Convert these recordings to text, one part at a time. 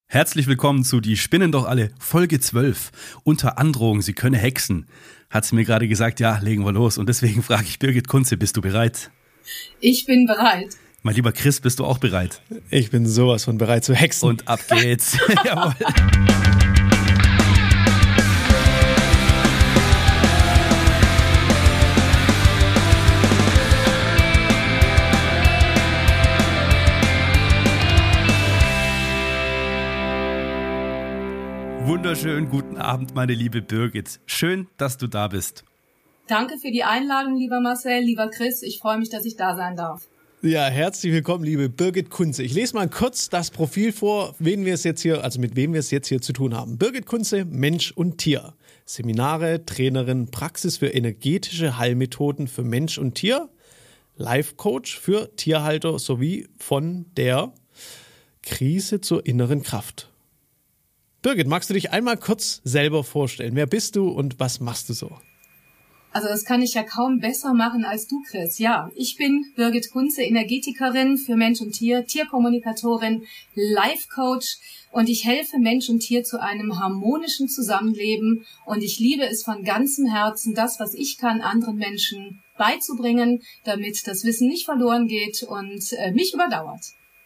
Herzlich willkommen zu Die spinnen doch alle, Folge 12. Unter Androhung, sie könne hexen. Hat sie mir gerade gesagt, ja, legen wir los. Und deswegen frage ich Birgit Kunze, bist du bereit? Ich bin bereit. Mein lieber Chris, bist du auch bereit? Ich bin sowas von bereit zu hexen. Und ab geht's. Jawohl. Wunderschönen guten Abend, meine liebe Birgit. Schön, dass du da bist. Danke für die Einladung, lieber Marcel, lieber Chris. Ich freue mich, dass ich da sein darf. Ja, herzlich willkommen, liebe Birgit Kunze. Ich lese mal kurz das Profil vor, mit wem wir es jetzt hier zu tun haben. Birgit Kunze, Mensch und Tier. Seminare, Trainerin, Praxis für energetische Heilmethoden für Mensch und Tier. Life Coach für Tierhalter sowie von der Krise zur inneren Kraft. Birgit, magst du dich einmal kurz selber vorstellen? Wer bist du und was machst du so? Also das kann ich ja kaum besser machen als du, Chris. Ja, ich bin Birgit Kunze, Energetikerin für Mensch und Tier, Tierkommunikatorin, Life Coach und ich helfe Mensch und Tier zu einem harmonischen Zusammenleben und ich liebe es von ganzem Herzen, das, was ich kann, anderen Menschen beizubringen, damit das Wissen nicht verloren geht und mich überdauert.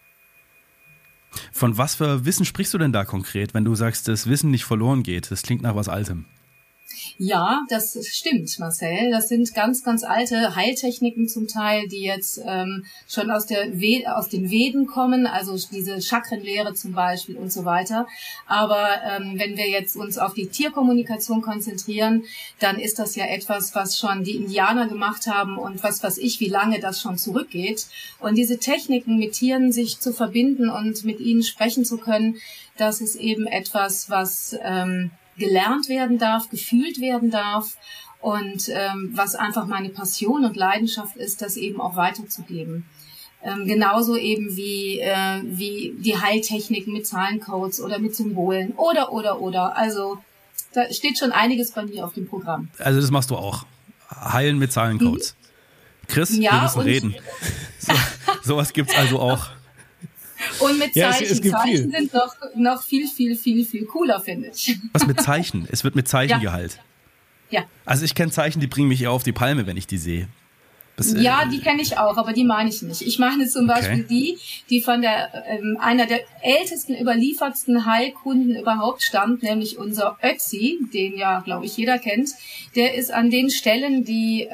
Von was für Wissen sprichst du denn da konkret, wenn du sagst, das Wissen nicht verloren geht? Das klingt nach was Altem. Ja, das stimmt, Marcel. Das sind ganz, ganz alte Heiltechniken zum Teil, die jetzt schon aus den Veden kommen, also diese Chakrenlehre zum Beispiel und so weiter. Aber wenn wir jetzt uns auf die Tierkommunikation konzentrieren, dann ist das ja etwas, was schon die Indianer gemacht haben und was weiß ich, wie lange das schon zurückgeht. Und diese Techniken, mit Tieren sich zu verbinden und mit ihnen sprechen zu können, das ist eben etwas, was gelernt werden darf, gefühlt werden darf und was einfach meine Passion und Leidenschaft ist, das eben auch weiterzugeben. Genauso eben wie die Heiltechniken mit Zahlencodes oder mit Symbolen oder. Also da steht schon einiges bei mir auf dem Programm. Also das machst du auch. Heilen mit Zahlencodes. Chris, ja, wir müssen reden. Sowas gibt's also auch. Und mit Zeichen. Es gibt Zeichen sind noch viel cooler, finde ich. Was mit Zeichen? Es wird mit Zeichen geheilt. Ja. Also ich kenne Zeichen, die bringen mich eher auf die Palme, wenn ich die sehe. Ja, die kenne ich auch, aber die meine ich nicht. Ich meine zum Beispiel die von einer der ältesten, überliefertsten Heilkunden überhaupt stammt, nämlich unser Ötzi, den ja, glaube ich, jeder kennt. Der ist an den Stellen, die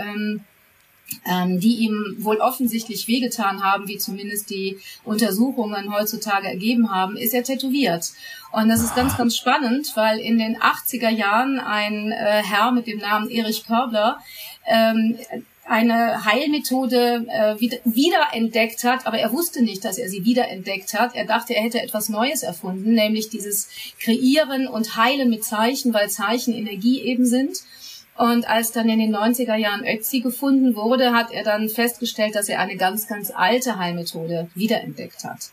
ihm wohl offensichtlich wehgetan haben, wie zumindest die Untersuchungen heutzutage ergeben haben, ist er tätowiert. Und das ist ganz, ganz spannend, weil in den 80er Jahren ein Herr mit dem Namen Erich Körbler eine Heilmethode wiederentdeckt hat, aber er wusste nicht, dass er sie wiederentdeckt hat. Er dachte, er hätte etwas Neues erfunden, nämlich dieses Kreieren und Heilen mit Zeichen, weil Zeichen Energie eben sind. Und als dann in den 90er Jahren Ötzi gefunden wurde, hat er dann festgestellt, dass er eine ganz, ganz alte Heilmethode wiederentdeckt hat.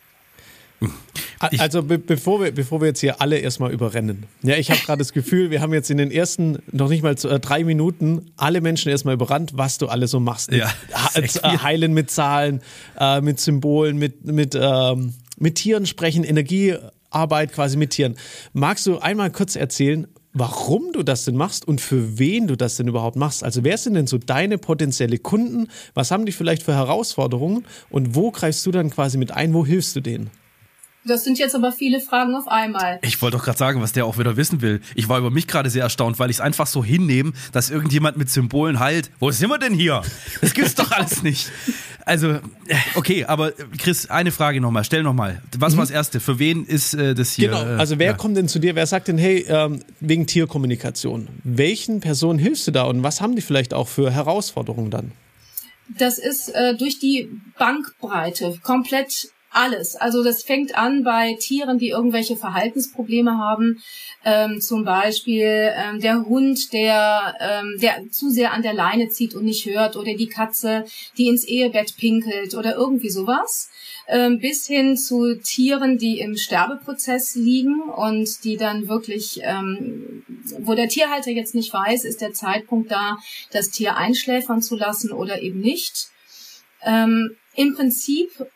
Also bevor wir jetzt hier alle erstmal überrennen. Ja, ich habe gerade das Gefühl, wir haben jetzt in den ersten noch nicht mal 3 Minuten alle Menschen erstmal überrannt, was du alles so machst. Ja, Heilen mit Zahlen, mit Symbolen, mit Tieren sprechen, Energiearbeit quasi mit Tieren. Magst du einmal kurz erzählen, warum du das denn machst und für wen du das denn überhaupt machst? Also wer sind denn so deine potenzielle Kunden? Was haben die vielleicht für Herausforderungen? Und wo greifst du dann quasi mit ein? Wo hilfst du denen? Das sind jetzt aber viele Fragen auf einmal. Ich wollte doch gerade sagen, was der auch wieder wissen will. Ich war über mich gerade sehr erstaunt, weil ich es einfach so hinnehme, dass irgendjemand mit Symbolen heilt. Wo sind wir denn hier? Das gibt's doch alles nicht. Also, okay, aber Chris, eine Frage nochmal. Stell nochmal. Was war das Erste? Für wen ist das hier? Genau, also wer kommt denn zu dir? Wer sagt denn, hey, wegen Tierkommunikation? Welchen Personen hilfst du da und was haben die vielleicht auch für Herausforderungen dann? Das ist durch die Bandbreite komplett alles. Also das fängt an bei Tieren, die irgendwelche Verhaltensprobleme haben. Zum Beispiel der Hund, der zu sehr an der Leine zieht und nicht hört, oder die Katze, die ins Ehebett pinkelt oder irgendwie sowas. Bis hin zu Tieren, die im Sterbeprozess liegen und die dann wirklich, wo der Tierhalter jetzt nicht weiß, ist der Zeitpunkt da, das Tier einschläfern zu lassen oder eben nicht. Im Prinzip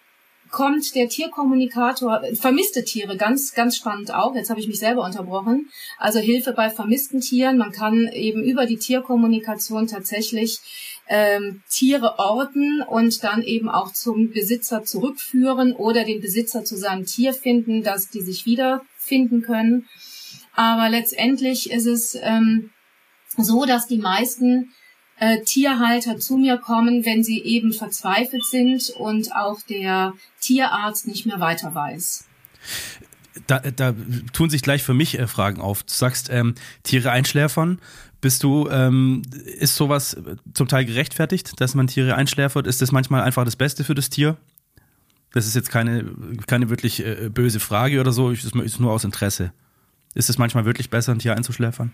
kommt der Tierkommunikator, vermisste Tiere, ganz, ganz spannend auch, jetzt habe ich mich selber unterbrochen, also Hilfe bei vermissten Tieren, man kann eben über die Tierkommunikation tatsächlich Tiere orten und dann eben auch zum Besitzer zurückführen oder den Besitzer zu seinem Tier finden, dass die sich wiederfinden können. Aber letztendlich ist es so, dass die meisten Tierhalter zu mir kommen, wenn sie eben verzweifelt sind und auch der Tierarzt nicht mehr weiter weiß. Da tun sich gleich für mich Fragen auf. Du sagst, Tiere einschläfern. Ist sowas zum Teil gerechtfertigt, dass man Tiere einschläfert? Ist das manchmal einfach das Beste für das Tier? Das ist jetzt keine wirklich böse Frage oder so, ist nur aus Interesse. Ist es manchmal wirklich besser, ein Tier einzuschläfern?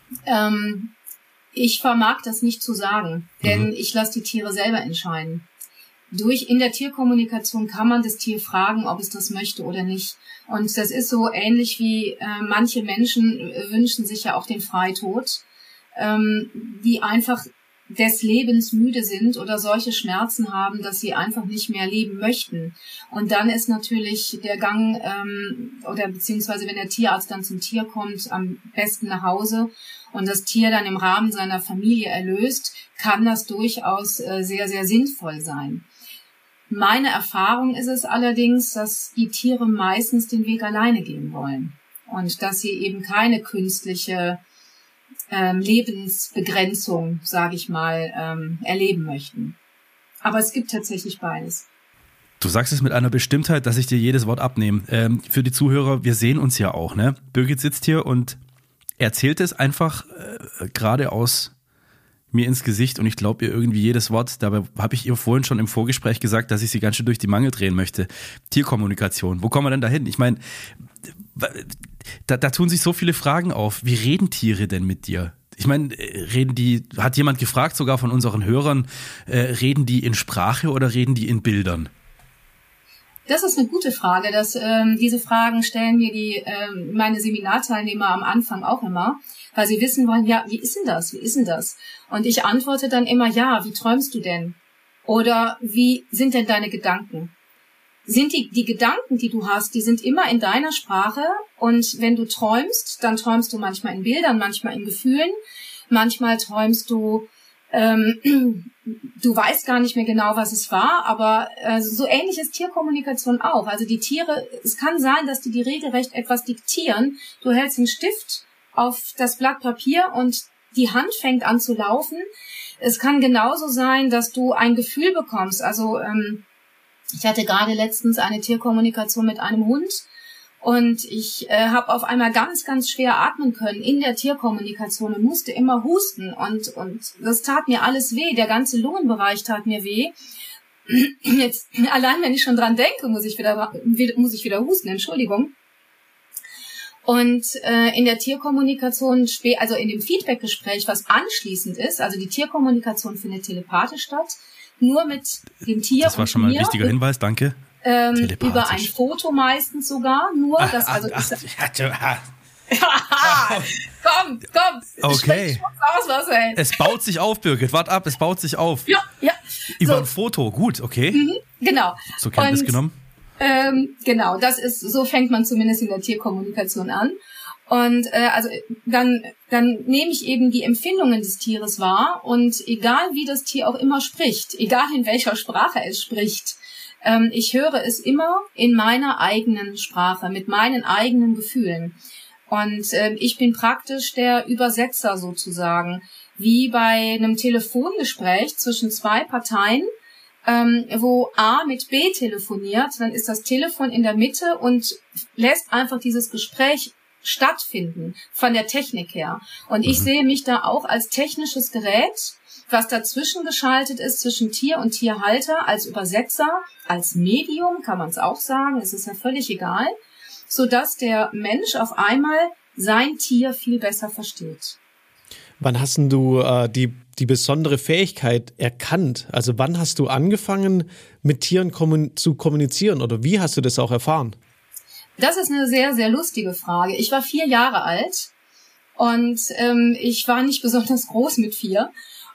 Ich vermag das nicht zu sagen, denn ich lasse die Tiere selber entscheiden. In der Tierkommunikation kann man das Tier fragen, ob es das möchte oder nicht. Und das ist so ähnlich wie manche Menschen wünschen sich ja auch den Freitod, die einfach des Lebens müde sind oder solche Schmerzen haben, dass sie einfach nicht mehr leben möchten. Und dann ist natürlich der Gang oder beziehungsweise wenn der Tierarzt dann zum Tier kommt, am besten nach Hause und das Tier dann im Rahmen seiner Familie erlöst, kann das durchaus sehr, sehr sinnvoll sein. Meine Erfahrung ist es allerdings, dass die Tiere meistens den Weg alleine gehen wollen und dass sie eben keine künstliche Lebensbegrenzung, sage ich mal, erleben möchten. Aber es gibt tatsächlich beides. Du sagst es mit einer Bestimmtheit, dass ich dir jedes Wort abnehme. Für die Zuhörer, wir sehen uns ja auch, ne? Birgit sitzt hier und erzählt es einfach geradeaus mir ins Gesicht und ich glaube ihr irgendwie jedes Wort. Dabei habe ich ihr vorhin schon im Vorgespräch gesagt, dass ich sie ganz schön durch die Mangel drehen möchte. Tierkommunikation, wo kommen wir denn da hin? Ich meine, da tun sich so viele Fragen auf. Wie reden Tiere denn mit dir? Ich meine, hat jemand gefragt, sogar von unseren Hörern, reden die in Sprache oder reden die in Bildern? Das ist eine gute Frage. Diese Fragen stellen mir meine Seminarteilnehmer am Anfang auch immer, weil sie wissen wollen, ja, wie ist denn das? Wie ist denn das? Und ich antworte dann immer, ja, wie träumst du denn? Oder wie sind denn deine Gedanken? Sind die Gedanken, die du hast, die sind immer in deiner Sprache und wenn du träumst, dann träumst du manchmal in Bildern, manchmal in Gefühlen, manchmal träumst du, du weißt gar nicht mehr genau, was es war, aber so ähnlich ist Tierkommunikation auch. Also die Tiere, es kann sein, dass die regelrecht etwas diktieren. Du hältst den Stift auf das Blatt Papier und die Hand fängt an zu laufen. Es kann genauso sein, dass du ein Gefühl bekommst. Also ich hatte gerade letztens eine Tierkommunikation mit einem Hund und ich habe auf einmal ganz, ganz schwer atmen können in der Tierkommunikation und musste immer husten und das tat mir alles weh. Der ganze Lungenbereich tat mir weh. Jetzt allein, wenn ich schon dran denke, muss ich wieder husten. Entschuldigung. Und in der Tierkommunikation, also in dem Feedbackgespräch, was anschließend ist, also die Tierkommunikation findet telepathisch statt, nur mit dem Tier. Das war schon mal ein wichtiger Hinweis, danke. Über ein Foto meistens sogar, nur das, also komm. Okay. Aus, Marcel. Es baut sich auf, Birgit, wart ab, es baut sich auf. Ja. Über ein Foto, gut, okay. Genau. Zur Kenntnis genommen. Genau, so fängt man zumindest in der Tierkommunikation an. Und also dann nehme ich eben die Empfindungen des Tieres wahr und egal wie das Tier auch immer spricht, egal in welcher Sprache es spricht, ich höre es immer in meiner eigenen Sprache, mit meinen eigenen Gefühlen. Und ich bin praktisch der Übersetzer sozusagen, wie bei einem Telefongespräch zwischen zwei Parteien, wo A mit B telefoniert, dann ist das Telefon in der Mitte und lässt einfach dieses Gespräch stattfinden von der Technik her. Und ich sehe mich da auch als technisches Gerät, was dazwischen geschaltet ist, zwischen Tier und Tierhalter, als Übersetzer, als Medium, kann man es auch sagen, es ist ja völlig egal, sodass der Mensch auf einmal sein Tier viel besser versteht. Wann hast denn du die besondere Fähigkeit erkannt? Also wann hast du angefangen, mit Tieren zu kommunizieren oder wie hast du das auch erfahren? Das ist eine sehr, sehr lustige Frage. Ich war 4 Jahre alt und ich war nicht besonders groß mit 4.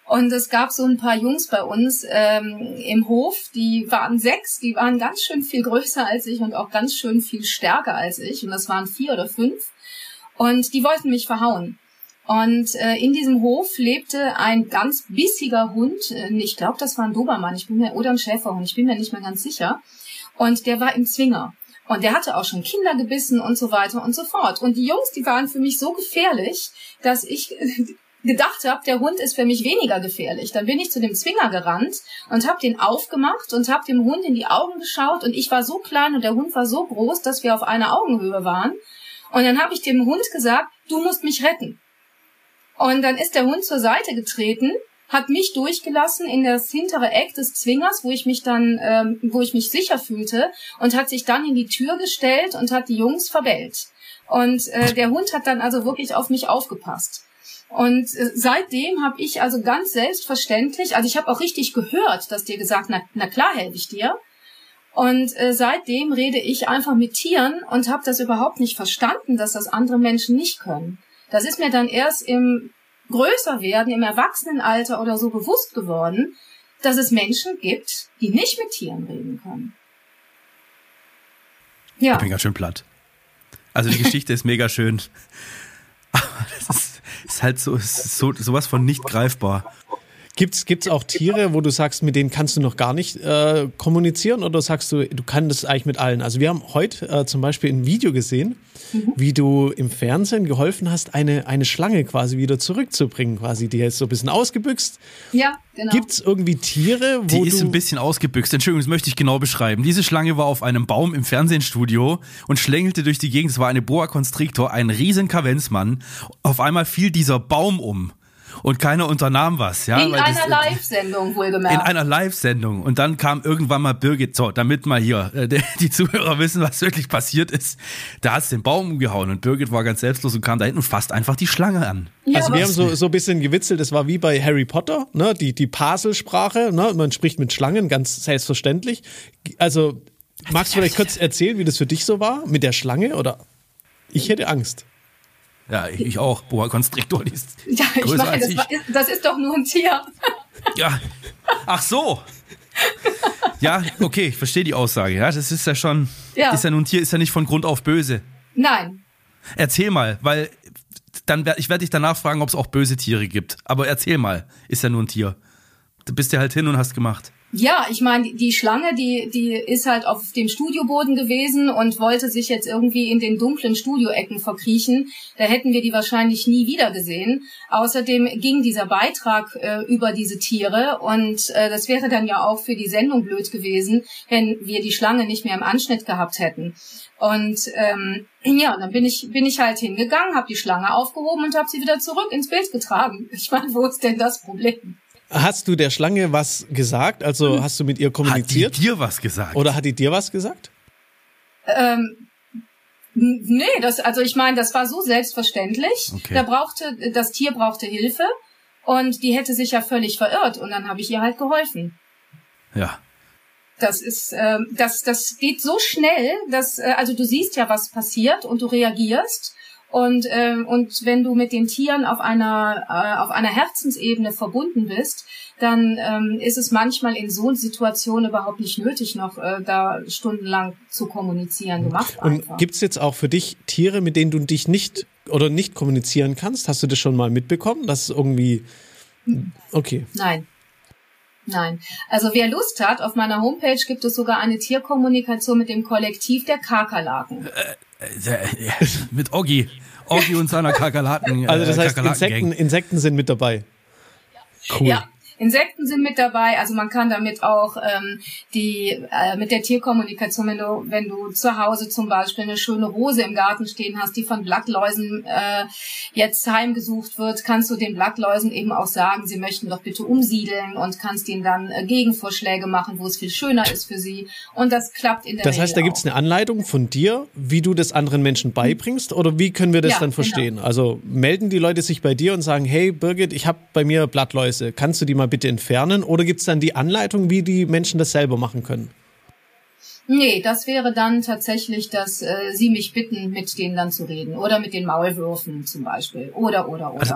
Und es gab so ein paar Jungs bei uns im Hof, die waren 6, die waren ganz schön viel größer als ich und auch ganz schön viel stärker als ich. Und das waren 4 oder 5. Und die wollten mich verhauen. Und in diesem Hof lebte ein ganz bissiger Hund. Ich glaube, das war ein Dobermann, oder ein Schäferhund, ich bin mir nicht mehr ganz sicher. Und der war im Zwinger. Und der hatte auch schon Kinder gebissen und so weiter und so fort. Und die Jungs, die waren für mich so gefährlich, dass ich gedacht habe, der Hund ist für mich weniger gefährlich. Dann bin ich zu dem Zwinger gerannt und habe den aufgemacht und habe dem Hund in die Augen geschaut. Und ich war so klein und der Hund war so groß, dass wir auf einer Augenhöhe waren. Und dann habe ich dem Hund gesagt, du musst mich retten. Und dann ist der Hund zur Seite getreten, hat mich durchgelassen in das hintere Eck des Zwingers, wo ich mich sicher fühlte, und hat sich dann in die Tür gestellt und hat die Jungs verbellt. Und der Hund hat dann also wirklich auf mich aufgepasst. Und seitdem habe ich also ganz selbstverständlich, also ich habe auch richtig gehört, dass dir gesagt, na klar helfe ich dir. Und seitdem rede ich einfach mit Tieren und habe das überhaupt nicht verstanden, dass das andere Menschen nicht können. Das ist mir dann erst im Größerwerden, im Erwachsenenalter oder so bewusst geworden, dass es Menschen gibt, die nicht mit Tieren reden können. Ja. Ich bin ganz schön platt. Also die Geschichte ist mega schön. Aber das ist halt sowas von nicht greifbar. Gibt's auch Tiere, wo du sagst, mit denen kannst du noch gar nicht kommunizieren, oder sagst du kannst das eigentlich mit allen? Also wir haben heute zum Beispiel ein Video gesehen, wie du im Fernsehen geholfen hast, eine Schlange quasi wieder zurückzubringen, quasi. Die ist so ein bisschen ausgebüxt. Ja, genau. Gibt's irgendwie Tiere, wo Die ist ein bisschen ausgebüxt. Entschuldigung, das möchte ich genau beschreiben. Diese Schlange war auf einem Baum im Fernsehstudio und schlängelte durch die Gegend. Es war eine Boa Constrictor, ein riesen Kavenzmann. Auf einmal fiel dieser Baum um. Und keiner unternahm was. Ja, in einer Live-Sendung wohlgemerkt. In einer Live-Sendung. Und dann kam irgendwann mal Birgit, so, damit mal hier die Zuhörer wissen, was wirklich passiert ist. Da hat es den Baum umgehauen und Birgit war ganz selbstlos und kam da hinten und fasst einfach die Schlange an. Ja, also wir haben so ein bisschen gewitzelt, das war wie bei Harry Potter, ne? Die Paselsprache, ne? Man spricht mit Schlangen, ganz selbstverständlich. Also magst du vielleicht kurz erzählen, wie das für dich so war mit der Schlange? Oder ich hätte Angst. Ja, ich auch. Boa Constrictor, die ist ja, ich größer meine, als ich. Das ist doch nur ein Tier. Ja, ach so. Ja, okay, ich verstehe die Aussage. Ja, das ist ja schon, ist ja nun ein Tier, ist ja nicht von Grund auf böse. Nein. Erzähl mal, weil ich werde dich danach fragen, ob es auch böse Tiere gibt. Aber erzähl mal, ist ja nur ein Tier. Du bist ja halt hin und hast gemacht. Ja, ich meine, die Schlange, die ist halt auf dem Studioboden gewesen und wollte sich jetzt irgendwie in den dunklen Studioecken verkriechen. Da hätten wir die wahrscheinlich nie wieder gesehen. Außerdem ging dieser Beitrag über diese Tiere und das wäre dann ja auch für die Sendung blöd gewesen, wenn wir die Schlange nicht mehr im Anschnitt gehabt hätten. Und ja, dann bin ich halt hingegangen, habe die Schlange aufgehoben und habe sie wieder zurück ins Bild getragen. Ich meine, wo ist denn das Problem? Hast du der Schlange was gesagt? Also hast du mit ihr kommuniziert? Hat die dir was gesagt? Oder hat die dir was gesagt? Nee, ich meine, das war so selbstverständlich. Okay. Das Tier brauchte Hilfe und die hätte sich ja völlig verirrt und dann habe ich ihr halt geholfen. Ja. Das ist, das geht so schnell, also du siehst ja, was passiert und du reagierst. Und wenn du mit den Tieren auf einer Herzensebene verbunden bist, dann ist es manchmal in so Situationen überhaupt nicht nötig, noch da stundenlang zu kommunizieren. Du machst einfach. Und gibt's jetzt auch für dich Tiere, mit denen du dich nicht kommunizieren kannst? Hast du das schon mal mitbekommen? Dass irgendwie okay. Nein. Also wer Lust hat, auf meiner Homepage gibt es sogar eine Tierkommunikation mit dem Kollektiv der Kakerlaken. Mit Oggi und seiner Kakerlaken. Also das heißt, Insekten sind mit dabei. Cool. Ja. Insekten sind mit dabei, also man kann damit auch mit der Tierkommunikation, wenn du zu Hause zum Beispiel eine schöne Rose im Garten stehen hast, die von Blattläusen jetzt heimgesucht wird, kannst du den Blattläusen eben auch sagen, sie möchten doch bitte umsiedeln und kannst ihnen dann Gegenvorschläge machen, wo es viel schöner ist für sie, und das klappt in der Regel. Das heißt, da gibt's eine Anleitung von dir, wie du das anderen Menschen beibringst, oder wie können wir das dann verstehen? Genau. Also melden die Leute sich bei dir und sagen, hey Birgit, ich habe bei mir Blattläuse, kannst du die mal bitte entfernen, oder gibt es dann die Anleitung, wie die Menschen das selber machen können? Nee, das wäre dann tatsächlich, dass sie mich bitten, mit denen dann zu reden, oder mit den Maulwürfen zum Beispiel, oder.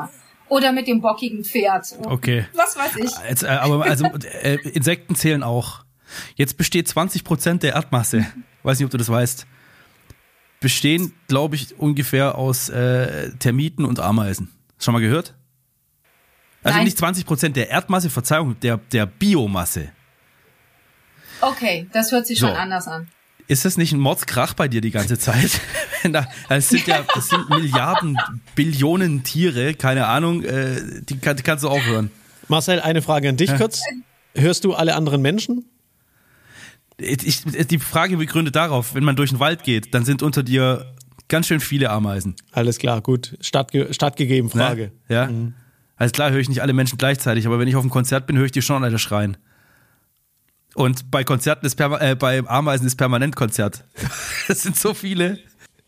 Oder mit dem bockigen Pferd. Okay. Was weiß ich. Jetzt, Insekten zählen auch. Jetzt besteht 20% der Erdmasse, weiß nicht, ob du das weißt, bestehen, glaube ich, ungefähr aus Termiten und Ameisen. Schon mal gehört? Also Nein. nicht 20% der Erdmasse, Verzeihung, der Biomasse. Okay, das hört sich schon anders an. Ist das nicht ein Mordskrach bei dir die ganze Zeit? Das sind Milliarden, Billionen Tiere, keine Ahnung, die kannst du auch hören. Marcel, eine Frage an dich kurz. Hörst du alle anderen Menschen? Die Frage begründet darauf, wenn man durch den Wald geht, dann sind unter dir ganz schön viele Ameisen. Alles klar, gut. Stattgegeben, Frage. Ne? Ja. Also klar höre ich nicht alle Menschen gleichzeitig, aber wenn ich auf einem Konzert bin, höre ich die schon alle schreien. Und bei Konzerten ist bei Ameisen ist permanent Konzert. Das sind so viele.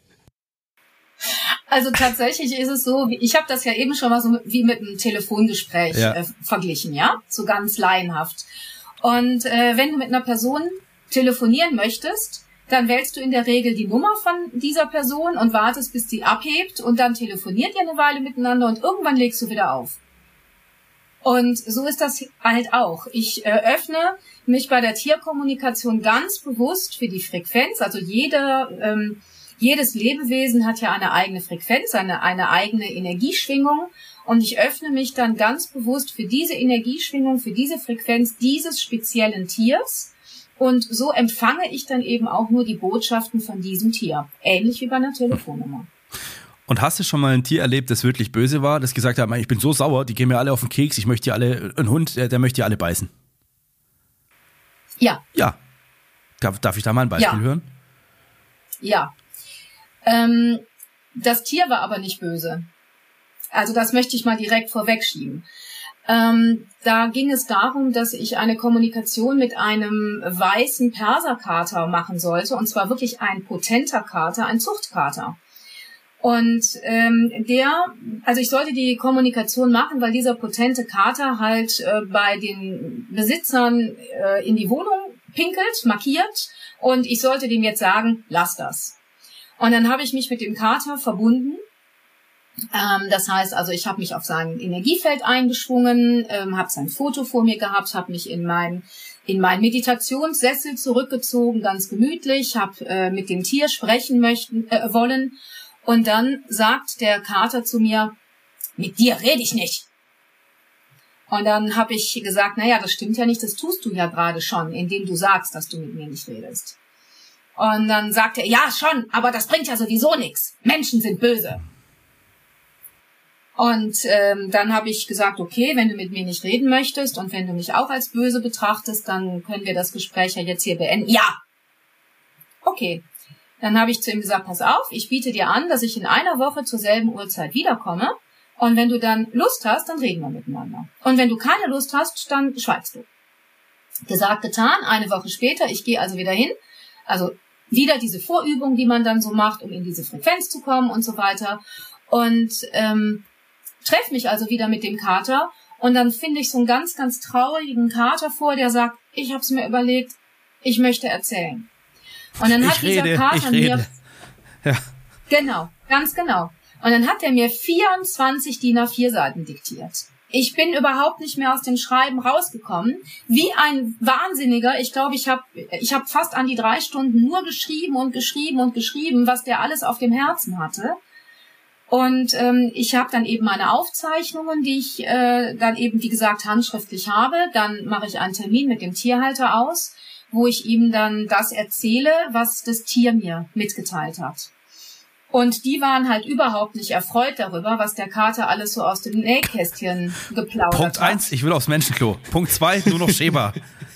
Also tatsächlich ist es so, ich habe das ja eben schon mal so wie mit einem Telefongespräch verglichen, ja, so ganz laienhaft. Und wenn du mit einer Person telefonieren möchtest, dann wählst du in der Regel die Nummer von dieser Person und wartest, bis sie abhebt und dann telefoniert ihr eine Weile miteinander und irgendwann legst du wieder auf. Und so ist das halt auch. Ich öffne mich bei der Tierkommunikation ganz bewusst für die Frequenz. Also jedes Lebewesen hat ja eine eigene Frequenz, eine eigene Energieschwingung. Und ich öffne mich dann ganz bewusst für diese Energieschwingung, für diese Frequenz dieses speziellen Tiers. Und so empfange ich dann eben auch nur die Botschaften von diesem Tier. Ähnlich wie bei einer Telefonnummer. Und hast du schon mal ein Tier erlebt, das wirklich böse war, das gesagt hat, ich bin so sauer, die gehen mir alle auf den Keks, ich möchte die alle, ein Hund, der möchte die alle beißen? Ja. Ja. Darf ich da mal ein Beispiel hören? Ja. Das Tier war aber nicht böse. Also das möchte ich mal direkt vorwegschieben. Da ging es darum, dass ich eine Kommunikation mit einem weißen Perserkater machen sollte, und zwar wirklich ein potenter Kater, ein Zuchtkater. Und also ich sollte die Kommunikation machen, weil dieser potente Kater halt bei den Besitzern in die Wohnung pinkelt, markiert, und ich sollte dem jetzt sagen, lass das. Und dann habe ich mich mit dem Kater verbunden. Das heißt, also ich habe mich auf sein Energiefeld eingeschwungen, habe sein Foto vor mir gehabt, habe mich in meinen Meditationssessel zurückgezogen, ganz gemütlich, habe mit dem Tier sprechen wollen. Und dann sagt der Kater zu mir, mit dir rede ich nicht. Und dann habe ich gesagt, naja, das stimmt ja nicht, das tust du ja gerade schon, indem du sagst, dass du mit mir nicht redest. Und dann sagt er, ja schon, aber das bringt ja sowieso nichts. Menschen sind böse. Und dann habe ich gesagt, okay, wenn du mit mir nicht reden möchtest und wenn du mich auch als böse betrachtest, dann können wir das Gespräch ja jetzt hier beenden. Ja! Okay. Dann habe ich zu ihm gesagt, pass auf, ich biete dir an, dass ich in einer Woche zur selben Uhrzeit wiederkomme. Und wenn du dann Lust hast, dann reden wir miteinander. Und wenn du keine Lust hast, dann schweigst du. Gesagt, getan. Eine Woche später, ich gehe also wieder hin. Also wieder diese Vorübung, die man dann so macht, um in diese Frequenz zu kommen und so weiter. Und treffe mich also wieder mit dem Kater. Und dann finde ich so einen ganz, ganz traurigen Kater vor, der sagt, ich habe es mir überlegt, ich möchte erzählen. Und dann hat dieser Kater mir, ja. Genau, ganz genau. Und dann hat er mir 24 DIN A4 Seiten diktiert. Ich bin überhaupt nicht mehr aus dem Schreiben rausgekommen. Wie ein Wahnsinniger. Ich glaube, ich hab fast an die 3 Stunden nur geschrieben und geschrieben und geschrieben, was der alles auf dem Herzen hatte. Und ich habe dann eben meine Aufzeichnungen, die ich dann eben, wie gesagt, handschriftlich habe. Dann mache ich einen Termin mit dem Tierhalter aus, wo ich ihm dann das erzähle, was das Tier mir mitgeteilt hat. Und die waren halt überhaupt nicht erfreut darüber, was der Kater alles so aus dem Nähkästchen geplaudert hat. Punkt 1, ich will aufs Menschenklo. Punkt 2, nur noch Schäber.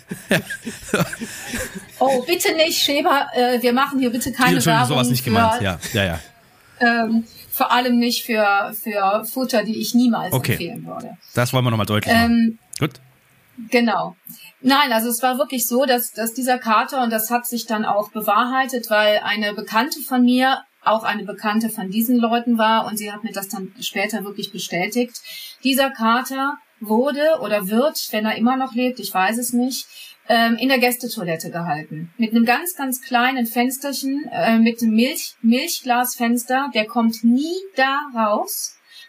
Oh, bitte nicht, Schäber. Wir machen hier bitte keine Werbung. Sowas nicht gemeint, ja. Vor allem nicht für Futter, die ich niemals empfehlen würde. Das wollen wir nochmal deutlich machen. Gut. Genau. Nein, also es war wirklich so, dass dieser Kater, und das hat sich dann auch bewahrheitet, weil eine Bekannte von mir auch eine Bekannte von diesen Leuten war, und sie hat mir das dann später wirklich bestätigt. Dieser Kater wurde oder wird, wenn er immer noch lebt, ich weiß es nicht, in der Gästetoilette gehalten. Mit einem ganz, ganz kleinen Fensterchen, mit einem Milchglasfenster. Der kommt nie da raus,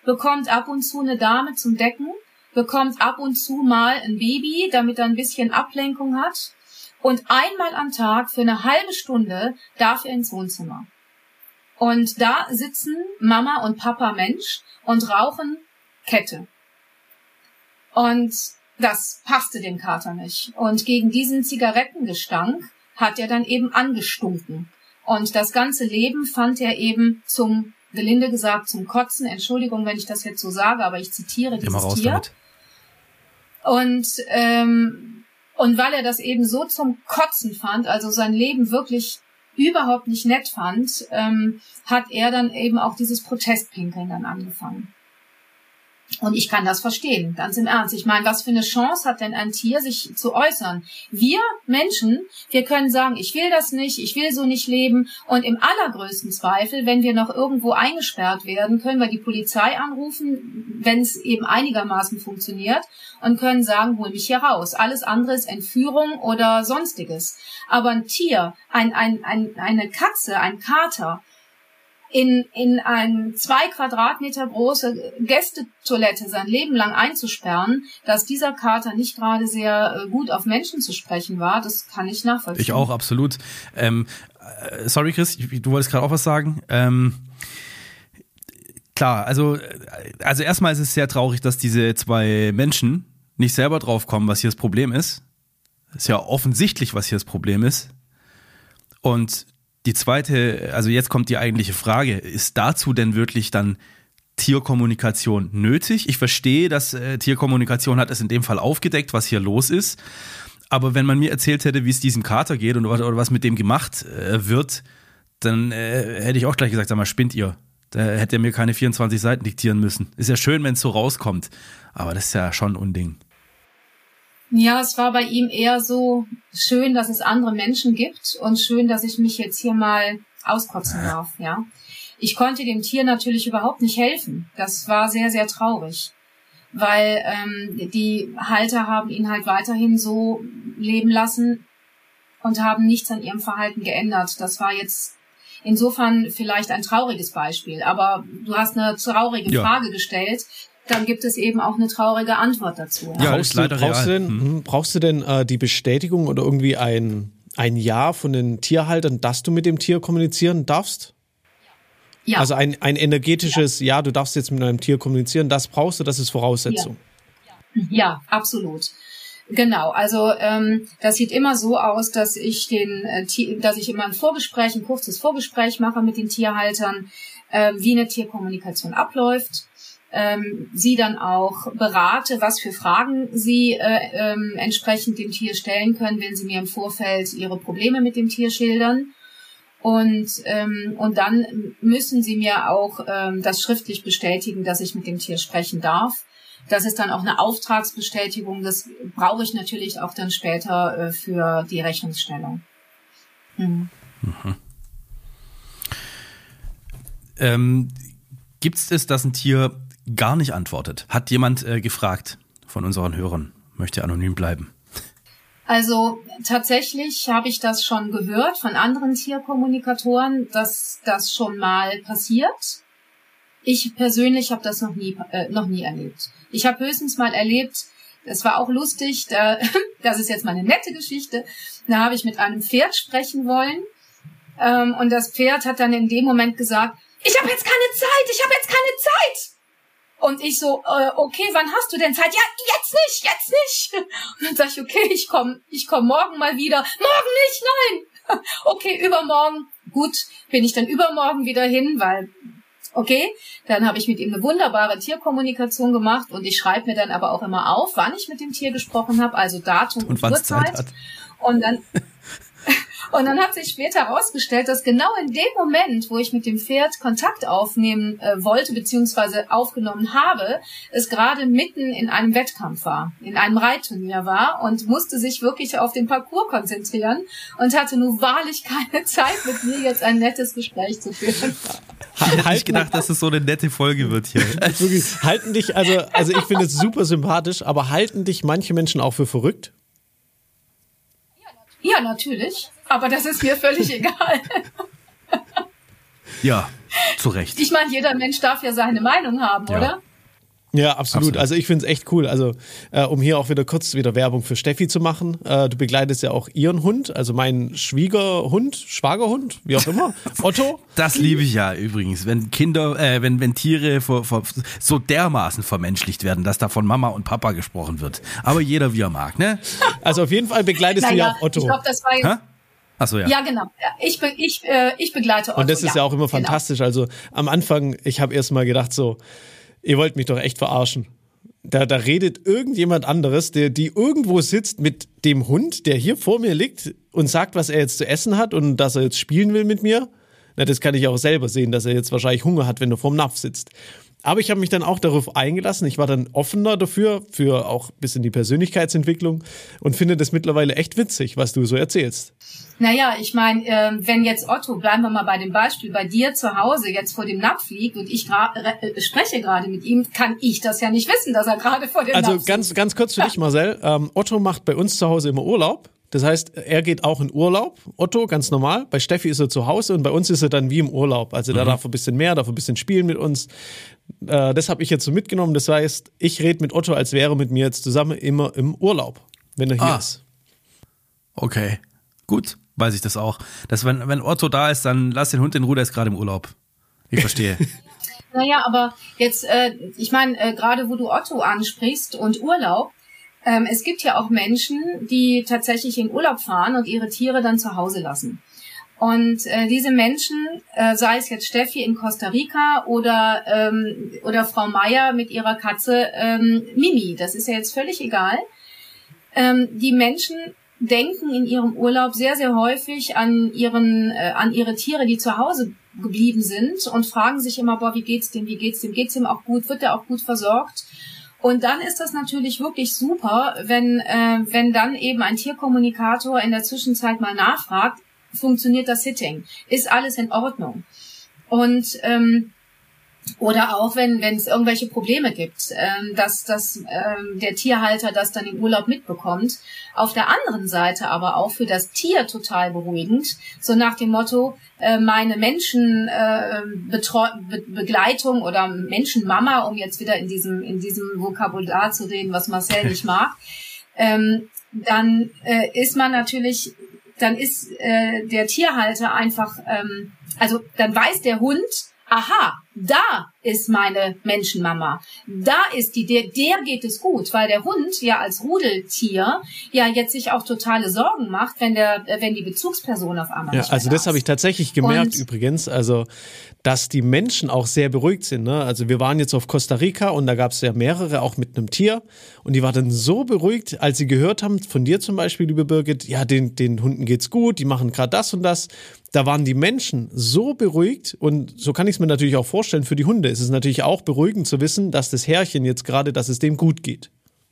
bekommt ab und zu eine Dame zum Decken, bekommt ab und zu mal ein Baby, damit er ein bisschen Ablenkung hat. Und einmal am Tag für eine halbe Stunde darf er ins Wohnzimmer. Und da sitzen Mama und Papa Mensch und rauchen Kette. Und das passte dem Kater nicht. Und gegen diesen Zigarettengestank hat er dann eben angestunken. Und das ganze Leben fand er eben gelinde gesagt, zum Kotzen. Entschuldigung, wenn ich das jetzt so sage, aber ich zitiere dieses Tier. Und weil er das eben so zum Kotzen fand, also sein Leben wirklich überhaupt nicht nett fand, hat er dann eben auch dieses Protestpinkeln dann angefangen. Und ich kann das verstehen, ganz im Ernst. Ich meine, was für eine Chance hat denn ein Tier, sich zu äußern? Wir Menschen, wir können sagen, ich will das nicht, ich will so nicht leben. Und im allergrößten Zweifel, wenn wir noch irgendwo eingesperrt werden, können wir die Polizei anrufen, wenn es eben einigermaßen funktioniert, und können sagen, hol mich hier raus. Alles andere ist Entführung oder Sonstiges. Aber ein Tier, eine Katze, ein Kater, in eine 2 Quadratmeter große Gästetoilette sein Leben lang einzusperren, dass dieser Kater nicht gerade sehr gut auf Menschen zu sprechen war, das kann ich nachvollziehen. Ich auch, absolut. Sorry, Chris, du wolltest gerade auch was sagen. Klar, also erstmal ist es sehr traurig, dass diese 2 Menschen nicht selber drauf kommen, was hier das Problem ist. Ist ja offensichtlich, was hier das Problem ist. Und die zweite, also jetzt kommt die eigentliche Frage, ist dazu denn wirklich dann Tierkommunikation nötig? Ich verstehe, dass Tierkommunikation hat es in dem Fall aufgedeckt, was hier los ist. Aber wenn man mir erzählt hätte, wie es diesem Kater geht oder was mit dem gemacht wird, dann hätte ich auch gleich gesagt, sag mal, spinnt ihr? Da hätte er mir keine 24 Seiten diktieren müssen. Ist ja schön, wenn es so rauskommt, aber das ist ja schon ein Unding. Ja, es war bei ihm eher so schön, dass es andere Menschen gibt und schön, dass ich mich jetzt hier mal auskotzen darf, ja. Ich konnte dem Tier natürlich überhaupt nicht helfen. Das war sehr, sehr traurig, weil die Halter haben ihn halt weiterhin so leben lassen und haben nichts an ihrem Verhalten geändert. Das war jetzt insofern vielleicht ein trauriges Beispiel, aber du hast eine traurige Frage gestellt. Dann gibt es eben auch eine traurige Antwort dazu. Ja, ist leider real. Brauchst du denn die Bestätigung oder irgendwie ein Ja von den Tierhaltern, dass du mit dem Tier kommunizieren darfst? Ja. Also ein energetisches Ja, du darfst jetzt mit einem Tier kommunizieren, das brauchst du, das ist Voraussetzung. Ja, absolut. Genau, also das sieht immer so aus, dass ich immer ein kurzes Vorgespräch mache mit den Tierhaltern, wie eine Tierkommunikation abläuft. Sie dann auch berate, was für Fragen sie entsprechend dem Tier stellen können, wenn sie mir im Vorfeld ihre Probleme mit dem Tier schildern. Und dann müssen sie mir auch das schriftlich bestätigen, dass ich mit dem Tier sprechen darf. Das ist dann auch eine Auftragsbestätigung. Das brauche ich natürlich auch dann später für die Rechnungsstellung. Mhm. Gibt es, dass ein Tier gar nicht antwortet? Hat jemand gefragt von unseren Hörern? Möchte anonym bleiben. Also tatsächlich habe ich das schon gehört von anderen Tierkommunikatoren, dass das schon mal passiert. Ich persönlich habe das noch nie erlebt. Ich habe höchstens mal erlebt, das war auch lustig, das ist jetzt mal eine nette Geschichte, da habe ich mit einem Pferd sprechen wollen und das Pferd hat dann in dem Moment gesagt, ich habe jetzt keine Zeit. Und ich so, okay, wann hast du denn Zeit? Ja, jetzt nicht. Und dann sag ich, okay, ich komm morgen mal wieder. Morgen nicht, nein. Okay, übermorgen. Gut, bin ich dann übermorgen wieder hin, weil, okay, dann habe ich mit ihm eine wunderbare Tierkommunikation gemacht und ich schreibe mir dann aber auch immer auf, wann ich mit dem Tier gesprochen habe, also Datum und Uhrzeit. Und dann hat sich später herausgestellt, dass genau in dem Moment, wo ich mit dem Pferd Kontakt aufnehmen wollte, beziehungsweise aufgenommen habe, es gerade mitten in einem Wettkampf war, in einem Reitturnier war und musste sich wirklich auf den Parcours konzentrieren und hatte nur wahrlich keine Zeit, mit mir jetzt ein nettes Gespräch zu führen. Hätte nicht gedacht, dass es so eine nette Folge wird hier. Halten dich, also ich finde es super sympathisch, aber halten dich manche Menschen auch für verrückt? Ja, natürlich. Aber das ist mir völlig egal. Ja, zu Recht. Ich meine, jeder Mensch darf ja seine Meinung haben, Ja. oder? Ja, absolut. Also ich finde es echt cool. Also um hier auch wieder kurz Werbung für Steffi zu machen. Du begleitest ja auch ihren Hund, also meinen Schwagerhund, wie auch immer, Otto. Das liebe ich ja übrigens, wenn wenn Tiere so dermaßen vermenschlicht werden, dass da von Mama und Papa gesprochen wird. Aber jeder wie er mag, ne? Also auf jeden Fall begleitest du ja auch Otto. Ich glaube, das war Hä? Ach so, ja. Ja, genau. Ich begleite Otto. Und das ist ja auch immer genau. fantastisch. Also am Anfang, ich habe erst mal gedacht so, ihr wollt mich doch echt verarschen. Da redet irgendjemand anderes, die irgendwo sitzt mit dem Hund, der hier vor mir liegt und sagt, was er jetzt zu essen hat und dass er jetzt spielen will mit mir. Na, das kann ich auch selber sehen, dass er jetzt wahrscheinlich Hunger hat, wenn er vorm Napf sitzt. Aber ich habe mich dann auch darauf eingelassen. Ich war dann offener dafür, für auch ein bisschen die Persönlichkeitsentwicklung und finde das mittlerweile echt witzig, was du so erzählst. Naja, ich meine, wenn jetzt Otto, bleiben wir mal bei dem Beispiel, bei dir zu Hause jetzt vor dem Napf liegt und ich spreche gerade mit ihm, kann ich das ja nicht wissen, dass er gerade vor dem Napf liegt. Also ganz kurz für dich, Marcel. Otto macht bei uns zu Hause immer Urlaub. Das heißt, er geht auch in Urlaub, Otto, ganz normal. Bei Steffi ist er zu Hause und bei uns ist er dann wie im Urlaub. Also da darf er ein bisschen mehr, darf er ein bisschen spielen mit uns. Das habe ich jetzt so mitgenommen. Das heißt, ich rede mit Otto, als wäre er mit mir jetzt zusammen immer im Urlaub, wenn er hier ist. Okay, gut, weiß ich das auch. Dass wenn Otto da ist, dann lass den Hund in Ruhe, der ist gerade im Urlaub. Ich verstehe. Naja, aber jetzt, ich meine, gerade wo du Otto ansprichst und Urlaub, es gibt ja auch Menschen, die tatsächlich in Urlaub fahren und ihre Tiere dann zu Hause lassen. Und diese Menschen, sei es jetzt Steffi in Costa Rica oder Frau Meier mit ihrer Katze Mimi, das ist ja jetzt völlig egal. Die Menschen denken in ihrem Urlaub sehr, sehr häufig an ihre Tiere, die zu Hause geblieben sind und fragen sich immer, boah, wie geht's dem? Geht's dem auch gut? Wird der auch gut versorgt? Und dann ist das natürlich wirklich super, wenn dann eben ein Tierkommunikator in der Zwischenzeit mal nachfragt, funktioniert das Sitting? Ist alles in Ordnung? Und oder auch wenn es irgendwelche Probleme gibt, dass der Tierhalter das dann im Urlaub mitbekommt. Auf der anderen Seite aber auch für das Tier total beruhigend, so nach dem Motto, meine Menschenbegleitung oder Menschenmama, um jetzt wieder in diesem Vokabular zu reden, was Marcel nicht mag, dann ist man natürlich, dann ist der Tierhalter einfach, also dann weiß der Hund, aha, da ist meine Menschenmama. Da ist der geht es gut, weil der Hund ja als Rudeltier ja jetzt sich auch totale Sorgen macht, wenn die Bezugsperson auf einmal nicht mehr also da das habe ich tatsächlich gemerkt übrigens, also dass die Menschen auch sehr beruhigt sind. Ne? Also wir waren jetzt auf Costa Rica und da gab es ja mehrere, auch mit einem Tier. Und die waren dann so beruhigt, als sie gehört haben, von dir zum Beispiel, liebe Birgit, ja, den Hunden geht's gut, die machen gerade das und das. Da waren die Menschen so beruhigt und so kann ich es mir natürlich auch vorstellen, für die Hunde ist es natürlich auch beruhigend zu wissen, dass das Herrchen jetzt gerade, dass es dem gut geht.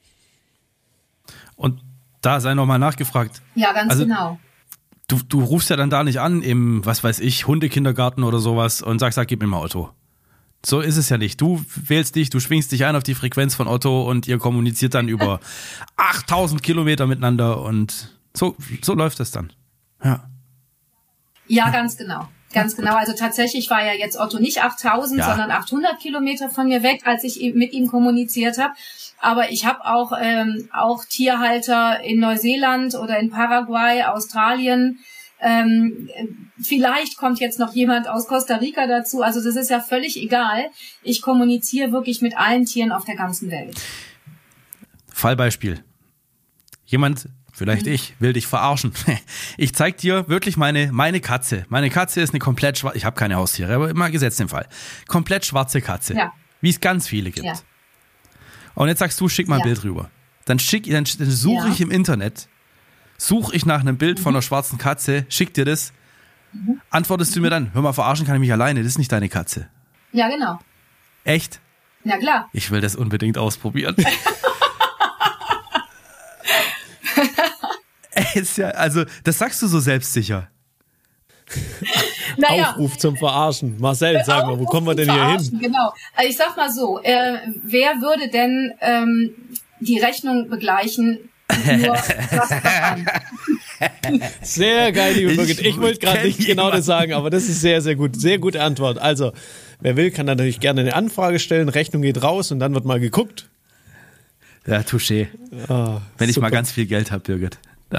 Und da sei nochmal nachgefragt. Ja, ganz genau. Du rufst ja dann da nicht an im, was weiß ich, Hundekindergarten oder sowas und sagst, gib mir mal Otto. So ist es ja nicht. Du wählst dich, du schwingst dich ein auf die Frequenz von Otto und ihr kommuniziert dann über 8000 Kilometer miteinander und so läuft es dann. Ja. Ja, ganz genau. Ganz genau. Also tatsächlich war ja jetzt Otto nicht 8000, sondern 800 Kilometer von mir weg, als ich mit ihm kommuniziert habe. Aber ich habe auch Tierhalter in Neuseeland oder in Paraguay, Australien. Vielleicht kommt jetzt noch jemand aus Costa Rica dazu. Also das ist ja völlig egal. Ich kommuniziere wirklich mit allen Tieren auf der ganzen Welt. Fallbeispiel. Jemand, vielleicht ich, will dich verarschen. Ich zeig dir wirklich meine Katze. Meine Katze ist eine komplett schwarze, ich habe keine Haustiere, aber immer gesetzt den Fall. Komplett schwarze Katze. Ja. Wie es ganz viele gibt. Ja. Und jetzt sagst du, schick mal ein Bild rüber. Dann suche ich im Internet, suche ich nach einem Bild von einer schwarzen Katze, schick dir das, antwortest du mir dann, hör mal, verarschen kann ich mich alleine, das ist nicht deine Katze. Ja, genau. Echt? Na klar. Ich will das unbedingt ausprobieren. Ist ja, also, das sagst du so selbstsicher. Aufruf zum Verarschen. Marcel, sag mal, wo kommen wir denn hier hin? Genau. Also ich sag mal so, wer würde denn die Rechnung begleichen? Nur was Sehr geil, liebe Birgit. Ich wollte gerade nicht genau das sagen, aber das ist sehr, sehr gut. Sehr gute Antwort. Also, wer will, kann natürlich gerne eine Anfrage stellen. Rechnung geht raus und dann wird mal geguckt. Ja, touché. Oh, wenn ich super. mal ganz viel Geld habe, Birgit.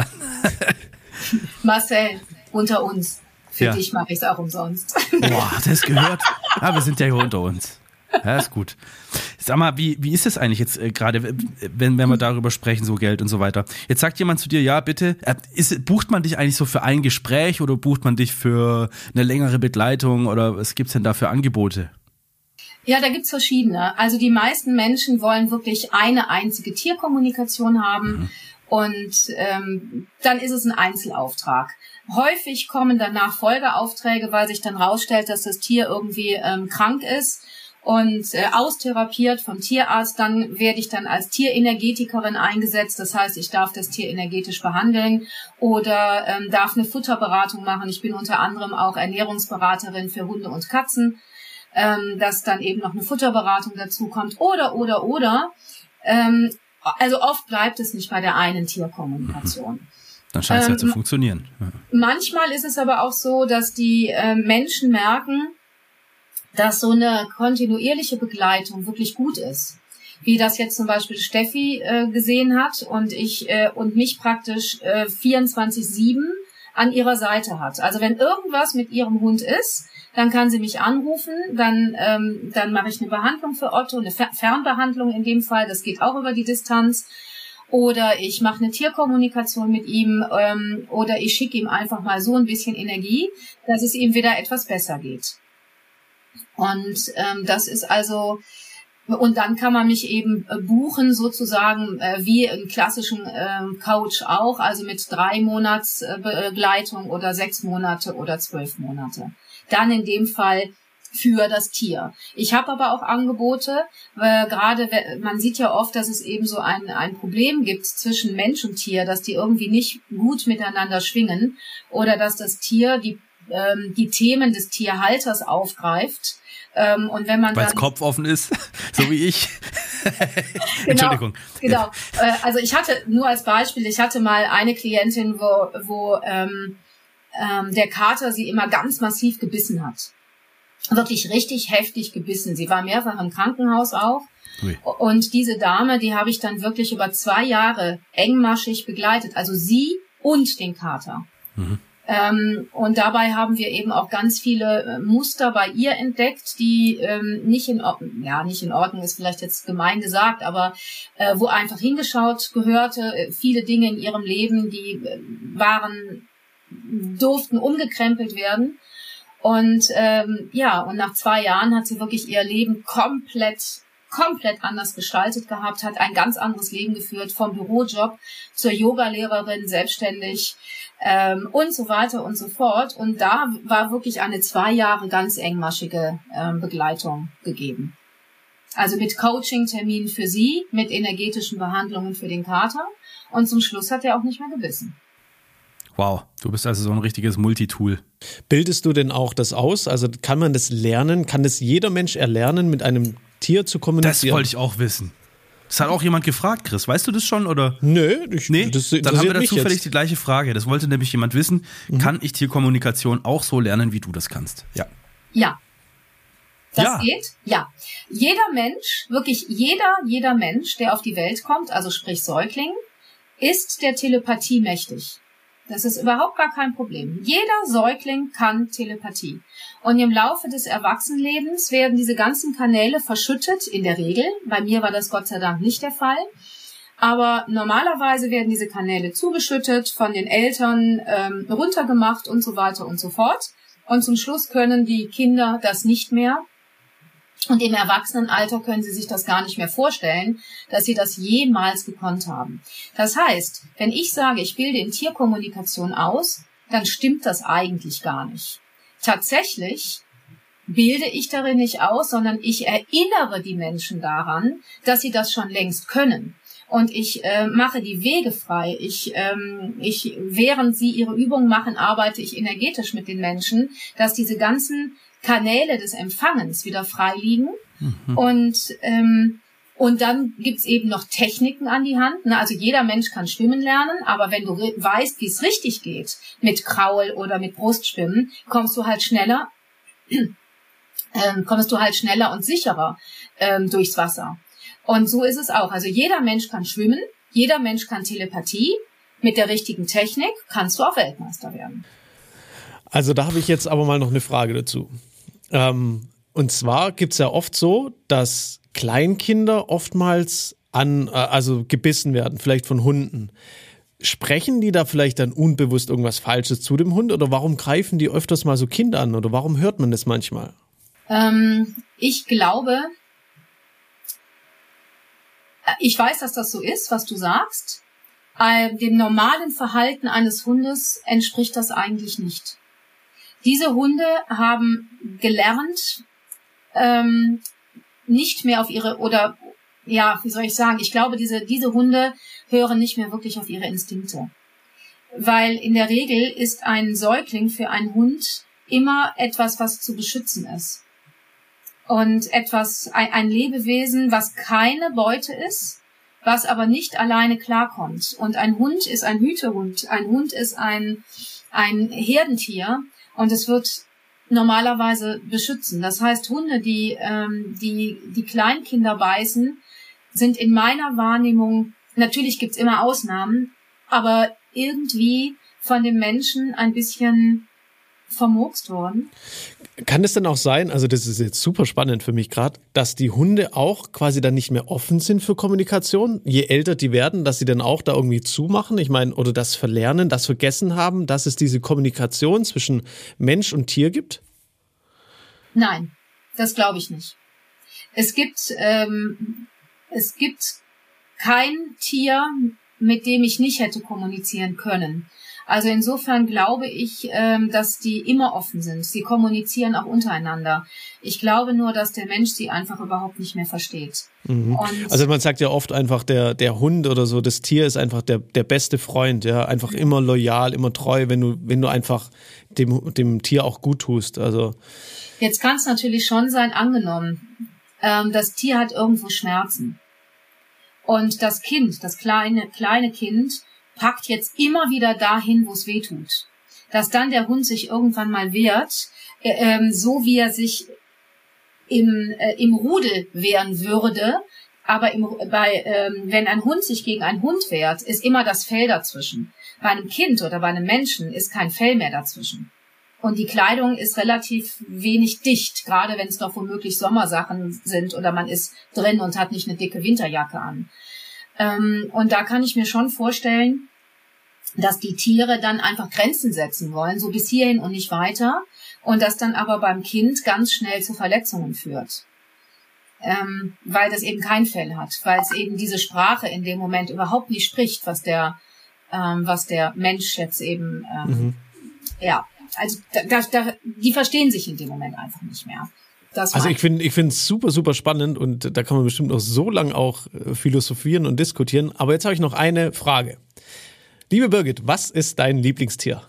Marcel, unter uns. Für Ja. dich mache ich es auch umsonst. Boah, hat er es gehört? Ja, wir sind ja hier unter uns. Ja, ist gut. Sag mal, wie ist es eigentlich jetzt gerade, wenn wir darüber sprechen, so Geld und so weiter? Jetzt sagt jemand zu dir, ja, bitte, bucht man dich eigentlich so für ein Gespräch oder bucht man dich für eine längere Begleitung oder was gibt's denn da für Angebote? Ja, da gibt's verschiedene. Also die meisten Menschen wollen wirklich eine einzige Tierkommunikation haben und dann ist es ein Einzelauftrag. Häufig kommen danach Folgeaufträge, weil sich dann rausstellt, dass das Tier irgendwie krank ist und austherapiert vom Tierarzt. Dann werde ich dann als Tierenergetikerin eingesetzt. Das heißt, ich darf das Tier energetisch behandeln oder darf eine Futterberatung machen. Ich bin unter anderem auch Ernährungsberaterin für Hunde und Katzen, dass dann eben noch eine Futterberatung dazu kommt oder. Also oft bleibt es nicht bei der einen Tierkommunikation. Dann scheint es ja zu funktionieren. Ja. Manchmal ist es aber auch so, dass die Menschen merken, dass so eine kontinuierliche Begleitung wirklich gut ist. Wie das jetzt zum Beispiel Steffi gesehen hat und mich praktisch 24/7 an ihrer Seite hat. Also wenn irgendwas mit ihrem Hund ist, dann kann sie mich anrufen, dann mache ich eine Behandlung für Otto, eine Fernbehandlung in dem Fall, das geht auch über die Distanz. Oder ich mache eine Tierkommunikation mit ihm oder ich schicke ihm einfach mal so ein bisschen Energie, dass es ihm wieder etwas besser geht. Und das ist also, und dann kann man mich eben buchen sozusagen wie einen klassischen Coach auch, also mit 3 Monats Begleitung oder 6 Monate oder 12 Monate. Dann in dem Fall für das Tier. Ich habe aber auch Angebote, gerade man sieht ja oft, dass es eben so ein Problem gibt zwischen Mensch und Tier, dass die irgendwie nicht gut miteinander schwingen oder dass das Tier die Themen des Tierhalters aufgreift. Und wenn man weil es kopfoffen ist, so wie ich. Entschuldigung. Genau. Also ich hatte nur als Beispiel, ich hatte mal eine Klientin, wo der Kater sie immer ganz massiv gebissen hat. Wirklich richtig heftig gebissen. Sie war mehrfach im Krankenhaus auch. Ui. Und diese Dame, die habe ich dann wirklich über 2 Jahre engmaschig begleitet. Also sie und den Kater. Mhm. Und dabei haben wir eben auch ganz viele Muster bei ihr entdeckt, die nicht in Ordnung ist vielleicht jetzt gemein gesagt, aber wo einfach hingeschaut gehörte. Viele Dinge in ihrem Leben, die durften umgekrempelt werden. Und und nach 2 Jahren hat sie wirklich ihr Leben komplett anders gestaltet gehabt, hat ein ganz anderes Leben geführt, vom Bürojob zur Yogalehrerin, selbstständig und so weiter und so fort. Und da war wirklich eine 2 Jahre ganz engmaschige Begleitung gegeben. Also mit Coaching-Terminen für sie, mit energetischen Behandlungen für den Kater. Und zum Schluss hat er auch nicht mehr gebissen. Wow, du bist also so ein richtiges Multitool. Bildest du denn auch das aus? Also kann man das lernen? Kann das jeder Mensch erlernen, mit einem Tier zu Das kommunizieren? wollte ich auch wissen. Das hat auch jemand gefragt, Chris. Weißt du das schon? Oder? Nö, Das dann dann haben wir da zufällig die gleiche Frage. Das wollte nämlich jemand wissen. Kann ich Tierkommunikation auch so lernen, wie du das kannst? Ja. Ja. Das Ja. geht? Ja. Jeder Mensch, wirklich jeder Mensch, der auf die Welt kommt, also sprich Säugling, ist der Telepathie mächtig. Das ist überhaupt gar kein Problem. Jeder Säugling kann Telepathie. Und im Laufe des Erwachsenenlebens werden diese ganzen Kanäle verschüttet, in der Regel. Bei mir war das Gott sei Dank nicht der Fall. Aber normalerweise werden diese Kanäle zugeschüttet, von den Eltern runtergemacht und so weiter und so fort. Und zum Schluss können die Kinder das nicht mehr. Und im Erwachsenenalter können sie sich das gar nicht mehr vorstellen, dass sie das jemals gekonnt haben. Das heißt, wenn ich sage, ich bilde in Tierkommunikation aus, dann stimmt das eigentlich gar nicht. Tatsächlich bilde ich darin nicht aus, sondern ich erinnere die Menschen daran, dass sie das schon längst können. Und ich mache die Wege frei. Während sie ihre Übungen machen, arbeite ich energetisch mit den Menschen, dass diese ganzen Kanäle des Empfangens wieder frei liegen. Und Und dann gibt's eben noch Techniken an die Hand. Ne? Also jeder Mensch kann schwimmen lernen, aber wenn du weißt, wie es richtig geht, mit Kraul oder mit Brustschwimmen, kommst du halt schneller und sicherer durchs Wasser. Und so ist es auch. Also jeder Mensch kann schwimmen, jeder Mensch kann Telepathie. Mit der richtigen Technik kannst du auch Weltmeister werden. Also da habe ich jetzt aber mal noch eine Frage dazu. Und zwar gibt's ja oft so, dass Kleinkinder oftmals gebissen werden, vielleicht von Hunden. Sprechen die da vielleicht dann unbewusst irgendwas Falsches zu dem Hund oder warum greifen die öfters mal so Kinder an oder warum hört man das manchmal? Ich glaube, ich weiß, dass das so ist, was du sagst. Dem normalen Verhalten eines Hundes entspricht das eigentlich nicht. Diese Hunde haben gelernt, nicht mehr auf ihre, oder ja, wie soll ich sagen, ich glaube, diese Hunde hören nicht mehr wirklich auf ihre Instinkte. Weil in der Regel ist ein Säugling für einen Hund immer etwas, was zu beschützen ist. Und ein Lebewesen, was keine Beute ist, was aber nicht alleine klarkommt. Und ein Hund ist ein Hütehund, ein Hund ist ein Herdentier und es wird normalerweise beschützen. Das heißt, Hunde, die Kleinkinder beißen, sind in meiner Wahrnehmung, natürlich gibt's immer Ausnahmen, aber irgendwie von dem Menschen ein bisschen vermurkst worden. Kann es denn auch sein, also das ist jetzt super spannend für mich gerade, dass die Hunde auch quasi dann nicht mehr offen sind für Kommunikation, je älter die werden, dass sie dann auch da irgendwie zumachen? Ich meine, oder das verlernen, das vergessen haben, dass es diese Kommunikation zwischen Mensch und Tier gibt? Nein, das glaube ich nicht. Es gibt kein Tier, mit dem ich nicht hätte kommunizieren können. Also insofern glaube ich, dass die immer offen sind. Sie kommunizieren auch untereinander. Ich glaube nur, dass der Mensch sie einfach überhaupt nicht mehr versteht. Mhm. Also man sagt ja oft einfach, der Hund oder so, das Tier ist einfach der beste Freund, ja, einfach immer loyal, immer treu, wenn du einfach dem Tier auch gut tust. Also jetzt kann es natürlich schon sein, angenommen, das Tier hat irgendwo Schmerzen. Und das Kind, das kleine Kind, packt jetzt immer wieder dahin, wo es weh tut. Dass dann der Hund sich irgendwann mal wehrt, so wie er sich im Rudel wehren würde. Aber wenn ein Hund sich gegen einen Hund wehrt, ist immer das Fell dazwischen. Bei einem Kind oder bei einem Menschen ist kein Fell mehr dazwischen. Und die Kleidung ist relativ wenig dicht, gerade wenn es noch womöglich Sommersachen sind oder man ist drin und hat nicht eine dicke Winterjacke an. Und da kann ich mir schon vorstellen, dass die Tiere dann einfach Grenzen setzen wollen, so bis hierhin und nicht weiter, und das dann aber beim Kind ganz schnell zu Verletzungen führt, weil das eben kein Fell hat, weil es eben diese Sprache in dem Moment überhaupt nicht spricht, was der Mensch jetzt eben, ja, also die verstehen sich in dem Moment einfach nicht mehr. Also ich finde es super, super spannend und da kann man bestimmt noch so lange auch philosophieren und diskutieren. Aber jetzt habe ich noch eine Frage. Liebe Birgit, was ist dein Lieblingstier?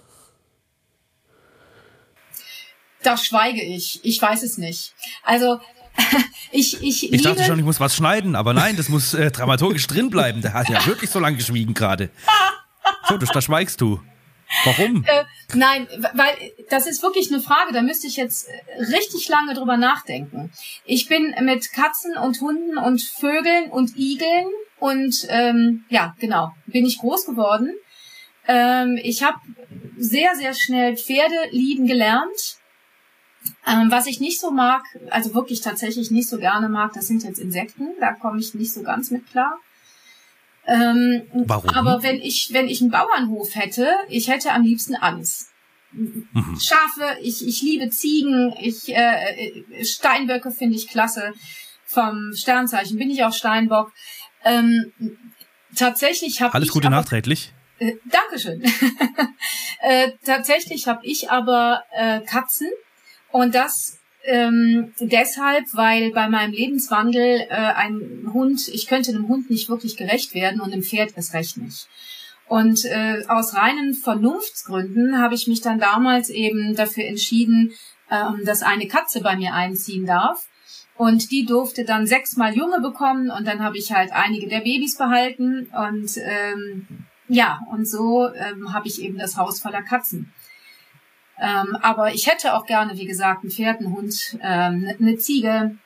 Da schweige ich. Ich weiß es nicht. Also ich dachte schon, ich muss was schneiden, aber nein, das muss dramaturgisch drin bleiben. Der hat ja wirklich so lange geschwiegen gerade. So, da schweigst du. Warum? Nein, weil das ist wirklich eine Frage, da müsste ich jetzt richtig lange drüber nachdenken. Ich bin mit Katzen und Hunden und Vögeln und Igeln und ja, genau, bin ich groß geworden. Ich habe sehr, sehr schnell Pferde lieben gelernt. Was ich nicht so mag, also wirklich tatsächlich nicht so gerne mag, das sind jetzt Insekten, da komme ich nicht so ganz mit klar. Warum? Aber wenn ich einen Bauernhof hätte, ich hätte am liebsten alles. Schafe, ich liebe Ziegen, Steinböcke finde ich klasse. Vom Sternzeichen bin ich auch Steinbock. Tatsächlich habe alles Gute nachträglich. Dankeschön. Tatsächlich habe ich aber Katzen und das deshalb, weil bei meinem Lebenswandel ich könnte einem Hund nicht wirklich gerecht werden und einem Pferd erst recht nicht. Und aus reinen Vernunftsgründen habe ich mich dann damals eben dafür entschieden, dass eine Katze bei mir einziehen darf. Und die durfte dann 6 Mal Junge bekommen und dann habe ich halt einige der Babys behalten und und so habe ich eben das Haus voller Katzen. Aber ich hätte auch gerne, wie gesagt, ein Pferd, einen Hund, eine Ziege.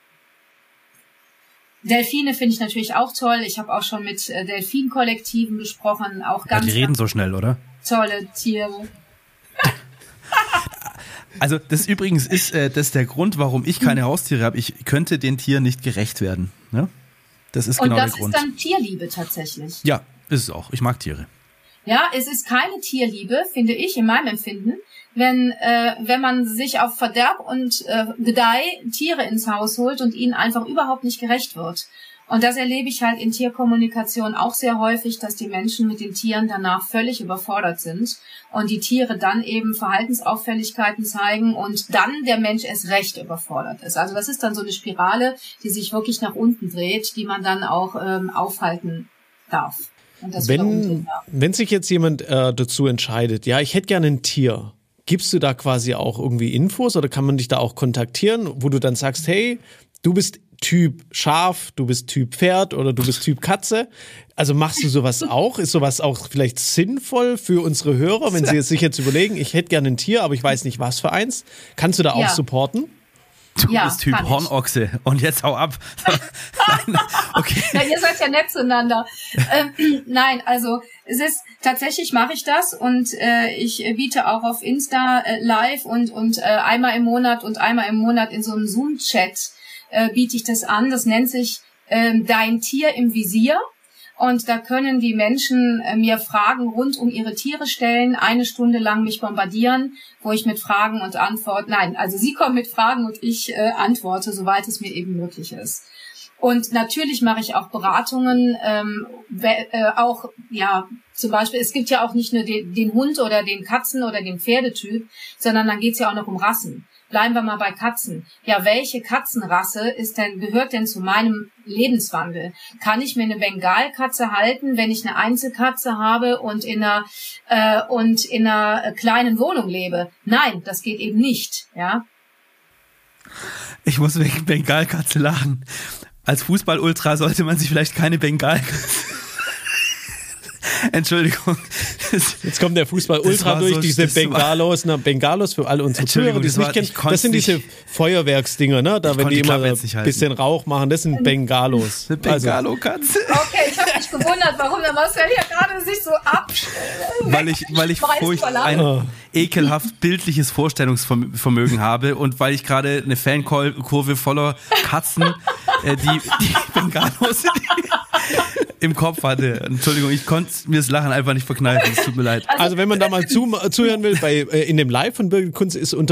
Delfine finde ich natürlich auch toll. Ich habe auch schon mit Delfinkollektiven gesprochen, auch ganz die reden so schnell, oder? Tolle Tiere. Also das übrigens ist das der Grund, warum ich keine Haustiere habe. Ich könnte den Tieren nicht gerecht werden. Ne? Das ist genau der Grund. Und das ist dann Tierliebe tatsächlich. Ja, ist es auch. Ich mag Tiere. Ja, es ist keine Tierliebe, finde ich, in meinem Empfinden, wenn man sich auf Verderb und Gedeih Tiere ins Haus holt und ihnen einfach überhaupt nicht gerecht wird. Und das erlebe ich halt in Tierkommunikation auch sehr häufig, dass die Menschen mit den Tieren danach völlig überfordert sind und die Tiere dann eben Verhaltensauffälligkeiten zeigen und dann der Mensch erst recht überfordert ist. Also das ist dann so eine Spirale, die sich wirklich nach unten dreht, die man dann auch aufhalten darf. Und das wenn sich jetzt jemand dazu entscheidet, ja, ich hätte gerne ein Tier, gibst du da quasi auch irgendwie Infos oder kann man dich da auch kontaktieren, wo du dann sagst, hey, du bist Typ Schaf, du bist Typ Pferd oder du bist Typ Katze. Also machst du sowas auch? Ist sowas auch vielleicht sinnvoll für unsere Hörer, wenn sie sich jetzt überlegen, ich hätte gerne ein Tier, aber ich weiß nicht, was für eins? Kannst du da auch supporten? Du bist Typ Hornochse und jetzt hau ab. Okay. Ja, ihr seid ja nett zueinander. Nein, also es ist tatsächlich mache ich das und ich biete auch auf Insta live und einmal im Monat in so einem Zoom-Chat biete ich das an. Das nennt sich Dein Tier im Visier. Und da können die Menschen mir Fragen rund um ihre Tiere stellen, 1 Stunde lang mich bombardieren, wo ich mit Fragen und Antworten, also sie kommen mit Fragen und ich antworte, soweit es mir eben möglich ist. Und natürlich mache ich auch Beratungen, zum Beispiel, es gibt ja auch nicht nur den Hund oder den Katzen- oder den Pferdetyp, sondern dann geht's ja auch noch um Rassen. Bleiben wir mal bei Katzen. Ja, welche Katzenrasse gehört denn zu meinem Lebenswandel? Kann ich mir eine Bengalkatze halten, wenn ich eine Einzelkatze habe und in einer kleinen Wohnung lebe? Nein, das geht eben nicht, ja. Ich muss wegen Bengalkatze lachen. Als Fußball-Ultra sollte man sich vielleicht keine Bengalkatze... Entschuldigung. Jetzt kommt der Fußball-Ultra durch, so, diese Bengalos. Bengalos für alle unsere Zuhörer, die es nicht kennen. Das sind diese Feuerwerksdinger, ne? Da, wenn die immer ein bisschen Rauch machen, das sind Bengalos. Eine Bengalo-Katze. Okay, ich habe mich gewundert, warum der Marcel hier gerade sich so weil ich ein ekelhaft bildliches Vorstellungsvermögen habe und weil ich gerade eine Fankurve voller Katzen, die Bengalos im Kopf hatte. Entschuldigung, ich konnte mir das Lachen einfach nicht verkneifen. Es tut mir leid. Also wenn man da mal zuhören will, in dem Live von Birgit Kunze ist unter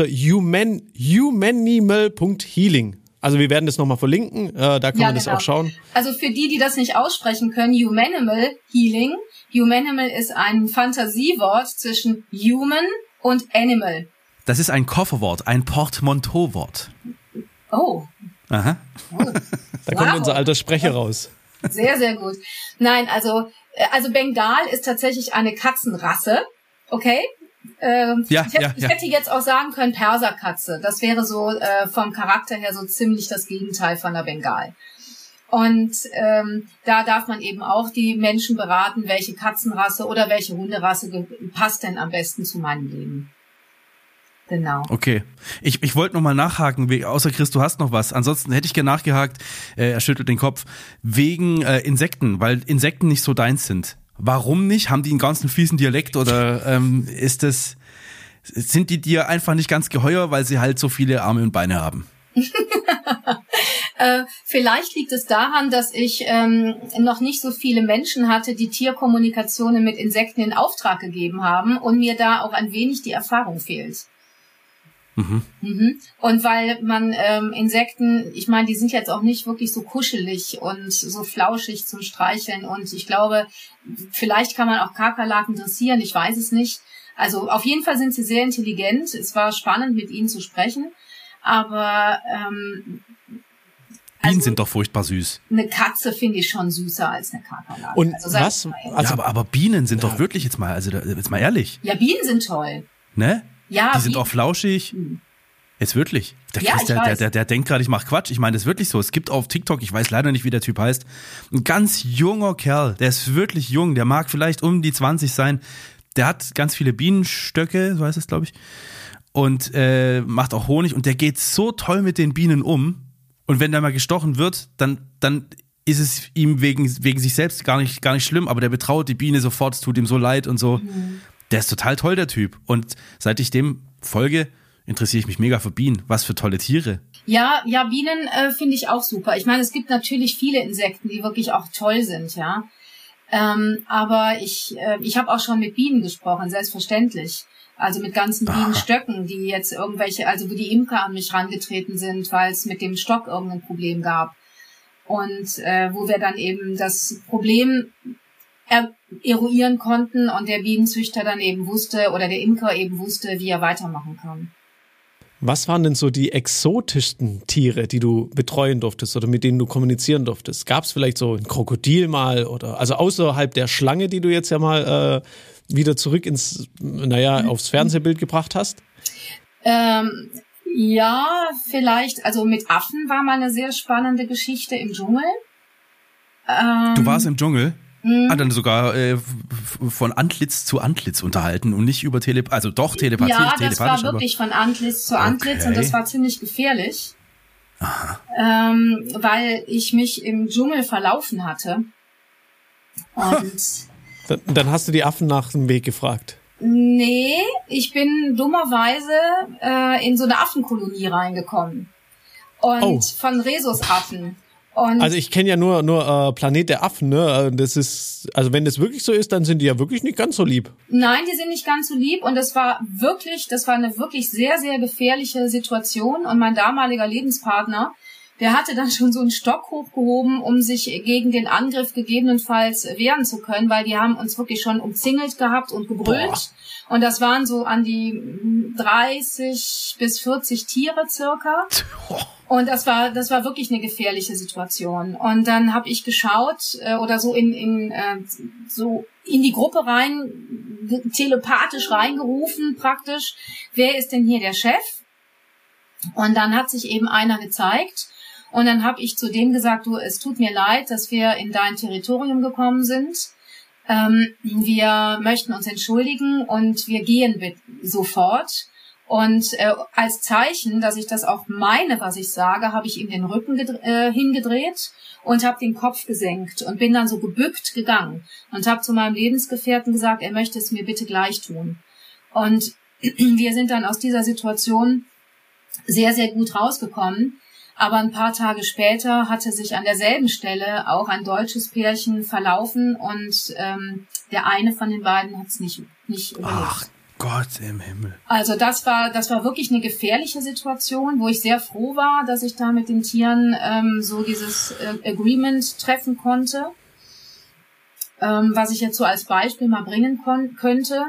humanimal.healing. Also wir werden das nochmal verlinken, da kann man das auch schauen. Also für die das nicht aussprechen können, Humanimal Healing. Humanimal ist ein Fantasiewort zwischen Human und Animal. Das ist ein Kofferwort, ein Portmanteau-Wort. Oh. Aha. Oh. Da kommt unser alter Sprecher raus. Sehr, sehr gut. Nein, also Bengal ist tatsächlich eine Katzenrasse, okay? Ich hätte jetzt auch sagen können Perserkatze. Das wäre so vom Charakter her so ziemlich das Gegenteil von der Bengal. Und da darf man eben auch die Menschen beraten, welche Katzenrasse oder welche Hunderasse passt denn am besten zu meinem Leben. Genau. Okay. Ich wollte noch mal nachhaken, außer Chris, du hast noch was. Ansonsten hätte ich gerne nachgehakt, er schüttelt den Kopf, wegen Insekten, weil Insekten nicht so deins sind. Warum nicht? Haben die einen ganzen fiesen Dialekt oder sind die dir einfach nicht ganz geheuer, weil sie halt so viele Arme und Beine haben? Vielleicht liegt es daran, dass ich noch nicht so viele Menschen hatte, die Tierkommunikationen mit Insekten in Auftrag gegeben haben und mir da auch ein wenig die Erfahrung fehlt. Und weil man Insekten, ich meine, die sind jetzt auch nicht wirklich so kuschelig und so flauschig zum Streicheln und ich glaube, vielleicht kann man auch Kakerlaken dressieren, ich weiß es nicht. Also auf jeden Fall sind sie sehr intelligent, es war spannend mit ihnen zu sprechen, aber Bienen sind doch furchtbar süß. Eine Katze finde ich schon süßer als eine Kakerlake. Und was? Also, aber Bienen sind doch wirklich jetzt mal ehrlich. Ja, Bienen sind toll. Ne? Ja, die sind auch flauschig. Jetzt wirklich. Der Ja, Chris, ich weiß. der denkt gerade, ich mache Quatsch. Ich meine, das ist wirklich so. Es gibt auf TikTok, ich weiß leider nicht, wie der Typ heißt, ein ganz junger Kerl, der ist wirklich jung, der mag vielleicht um die 20 sein. Der hat ganz viele Bienenstöcke, so heißt es, glaube ich, und macht auch Honig und der geht so toll mit den Bienen um. Und wenn der mal gestochen wird, dann ist es ihm wegen sich selbst gar nicht schlimm, aber der betraut die Biene sofort, es tut ihm so leid und so. Mhm. Der ist total toll, der Typ. Und seit ich dem folge, interessiere ich mich mega für Bienen. Was für tolle Tiere. Ja, Bienen finde ich auch super. Ich meine, es gibt natürlich viele Insekten, die wirklich auch toll sind, ja. Aber ich habe auch schon mit Bienen gesprochen, selbstverständlich. Also mit ganzen Bienenstöcken, die jetzt also wo die Imker an mich rangetreten sind, weil es mit dem Stock irgendein Problem gab. Und wo wir dann eben das Problem eruieren konnten und der Bienenzüchter dann eben wusste oder der Imker eben wusste, wie er weitermachen kann. Was waren denn so die exotischsten Tiere, die du betreuen durftest oder mit denen du kommunizieren durftest? Gab es vielleicht so ein Krokodil mal oder also außerhalb der Schlange, die du jetzt ja mal wieder zurück aufs Fernsehbild gebracht hast? Ja, vielleicht. Also mit Affen war mal eine sehr spannende Geschichte im Dschungel. Du warst im Dschungel? Dann sogar von Antlitz zu Antlitz unterhalten und nicht über telepathisch. Ja, das war wirklich von Antlitz zu Antlitz und das war ziemlich gefährlich. Aha. Weil ich mich im Dschungel verlaufen hatte. Und dann hast du die Affen nach dem Weg gefragt. Nee, ich bin dummerweise in so eine Affenkolonie reingekommen. Und von Rhesusaffen. Und also ich kenne ja nur Planet der Affen, ne? Das ist, also wenn das wirklich so ist, dann sind die ja wirklich nicht ganz so lieb. Nein, die sind nicht ganz so lieb und das war eine wirklich sehr, sehr gefährliche Situation und mein damaliger Lebenspartner, der hatte dann schon so einen Stock hochgehoben, um sich gegen den Angriff gegebenenfalls wehren zu können, weil die haben uns wirklich schon umzingelt gehabt und gebrüllt. Boah. Und das waren so an die 30 bis 40 Tiere circa. Und das war wirklich eine gefährliche Situation. Und dann habe ich geschaut oder so in die Gruppe rein, telepathisch reingerufen praktisch, wer ist denn hier der Chef? Und dann hat sich eben einer gezeigt. Und dann habe ich zu dem gesagt, du, es tut mir leid, dass wir in dein Territorium gekommen sind. Wir möchten uns entschuldigen und wir gehen sofort. Und als Zeichen, dass ich das auch meine, was ich sage, habe ich ihm den Rücken hingedreht und habe den Kopf gesenkt und bin dann so gebückt gegangen und habe zu meinem Lebensgefährten gesagt, er möchte es mir bitte gleich tun. Und wir sind dann aus dieser Situation sehr, sehr gut rausgekommen. Aber ein paar Tage später hatte sich an derselben Stelle auch ein deutsches Pärchen verlaufen und der eine von den beiden hat es nicht überlebt. Ach Gott im Himmel. Also das war wirklich eine gefährliche Situation, wo ich sehr froh war, dass ich da mit den Tieren so dieses Agreement treffen konnte. Was ich jetzt so als Beispiel mal bringen könnte.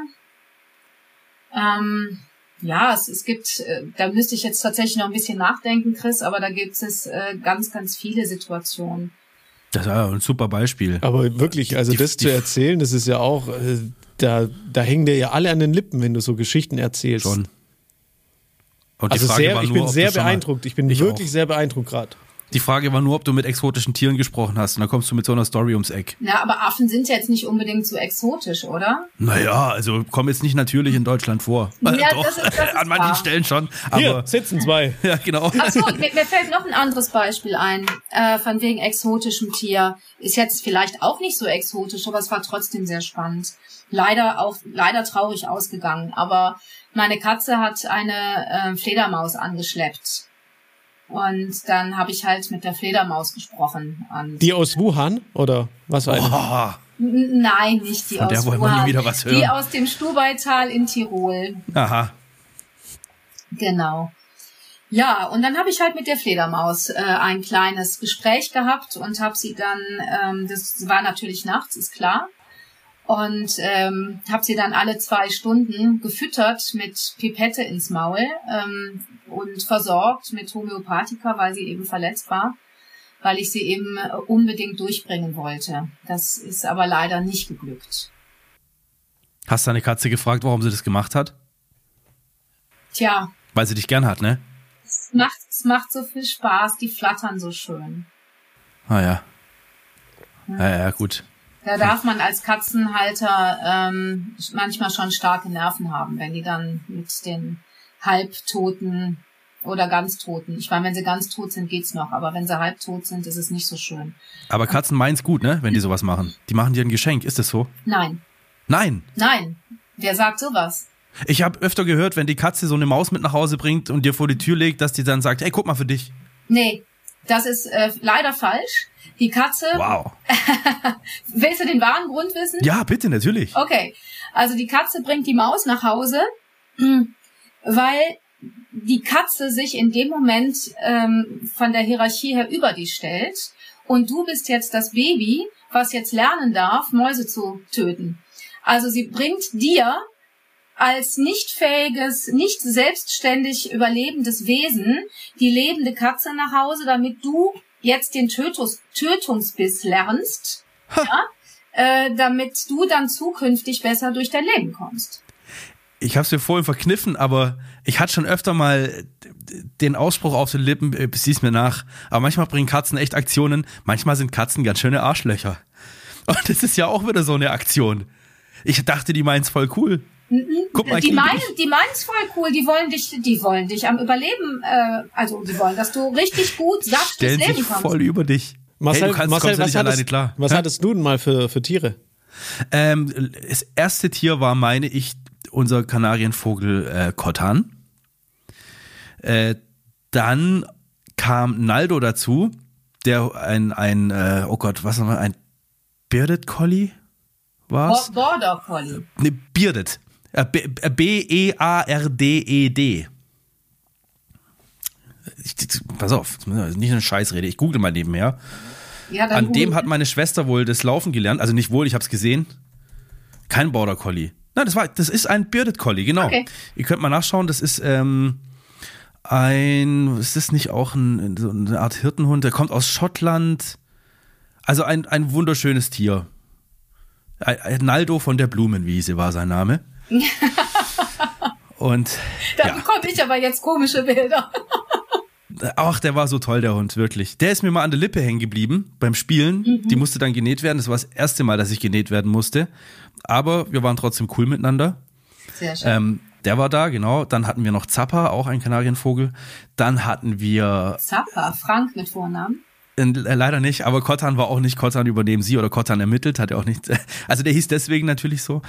Ja, es gibt, da müsste ich jetzt tatsächlich noch ein bisschen nachdenken, Chris, aber da gibt es ganz, ganz viele Situationen. Das war ja ein super Beispiel. Aber wirklich, also das zu erzählen, das ist ja auch, da hängen dir ja alle an den Lippen, wenn du so Geschichten erzählst. Schon. Und also ich bin sehr beeindruckt. Ich bin wirklich sehr beeindruckt gerade. Die Frage war nur, ob du mit exotischen Tieren gesprochen hast. Und dann kommst du mit so einer Story ums Eck. Ja, aber Affen sind jetzt nicht unbedingt so exotisch, oder? Naja, also kommen jetzt nicht natürlich in Deutschland vor. Ja, doch, das ist an manchen Stellen schon. Aber hier sitzen zwei. Ja, genau. Achso, mir fällt noch ein anderes Beispiel ein, von wegen exotischem Tier. Ist jetzt vielleicht auch nicht so exotisch, aber es war trotzdem sehr spannend. Leider traurig ausgegangen. Aber meine Katze hat eine Fledermaus angeschleppt. Und dann habe ich halt mit der Fledermaus gesprochen. Und die aus Wuhan? Oder was war Nein, nicht die von aus der wollen Wuhan. wir nie wieder was hören. Die aus dem Stubaital in Tirol. Aha. Genau. Ja, und dann habe ich halt mit der Fledermaus ein kleines Gespräch gehabt und habe sie dann, das war natürlich nachts, ist klar, und habe sie dann alle 2 Stunden gefüttert mit Pipette ins Maul und versorgt mit Homöopathika, weil sie eben verletzt war, weil ich sie eben unbedingt durchbringen wollte. Das ist aber leider nicht geglückt. Hast deine Katze gefragt, warum sie das gemacht hat? Tja. Weil sie dich gern hat, ne? es macht so viel Spaß, die flattern so schön. Ah ja. Ja, gut. Da darf man als Katzenhalter manchmal schon starke Nerven haben, wenn die dann mit den Halbtoten oder Ganztoten, ich meine, wenn sie ganz tot sind, geht's noch, aber wenn sie halbtot sind, ist es nicht so schön. Aber Katzen meinen's gut, ne, wenn die sowas machen. Die machen dir ein Geschenk, ist das so? Nein. Nein. Wer sagt sowas? Ich habe öfter gehört, wenn die Katze so eine Maus mit nach Hause bringt und dir vor die Tür legt, dass die dann sagt, hey, guck mal für dich. Nee, das ist leider falsch. Die Katze... Wow. Willst du den wahren Grund wissen? Ja, bitte, natürlich. Okay, also die Katze bringt die Maus nach Hause, weil die Katze sich in dem Moment von der Hierarchie her über die stellt und du bist jetzt das Baby, was jetzt lernen darf, Mäuse zu töten. Also sie bringt dir als nicht fähiges, nicht selbstständig überlebendes Wesen die lebende Katze nach Hause, damit du jetzt den Tötungsbiss lernst, ja, damit du dann zukünftig besser durch dein Leben kommst. Ich habe es mir vorhin verkniffen, aber ich hatte schon öfter mal den Ausspruch auf den Lippen, sieh's mir nach. Aber manchmal bringen Katzen echt Aktionen. Manchmal sind Katzen ganz schöne Arschlöcher. Und das ist ja auch wieder so eine Aktion. Ich dachte, die meinen's voll cool. Guck mal, die meinen's voll cool. Die wollen dich am Überleben, also die wollen, dass du richtig gut satt durchs Leben kommst. Voll über dich. Marcel, hey, kommst ja nicht alleine klar. Was hattest du denn mal für Tiere? Das erste Tier war, meine ich, unser Kanarienvogel Kottan. Dann kam Naldo dazu, der ein ein Bearded Collie war's? Border Collie. Ne, Bearded. B-E-A-R-D-E-D. Pass auf, nicht eine Scheißrede, ich google mal nebenher. Ja, an dem hat meine Schwester wohl das Laufen gelernt, also nicht wohl, ich hab's gesehen. Kein Border Collie. Nein, das ist ein Bearded Collie, genau. Okay. Ihr könnt mal nachschauen, das ist ist das nicht auch so eine Art Hirtenhund, der kommt aus Schottland. Also ein wunderschönes Tier. Naldo von der Blumenwiese war sein Name. Und da bekomme ich aber jetzt komische Bilder. Ach, der war so toll, der Hund, wirklich. Der ist mir mal an der Lippe hängen geblieben beim Spielen. Mhm. Die musste dann genäht werden. Das war das erste Mal, dass ich genäht werden musste. Aber wir waren trotzdem cool miteinander. Sehr schön. Der war da, genau. Dann hatten wir noch Zappa, auch ein Kanarienvogel. Dann hatten wir... Zappa, Frank mit Vornamen? Leider nicht, aber Kottan war auch nicht Kottan übernehmen Sie oder Kottan ermittelt, hat er auch nicht. Also der hieß deswegen natürlich so.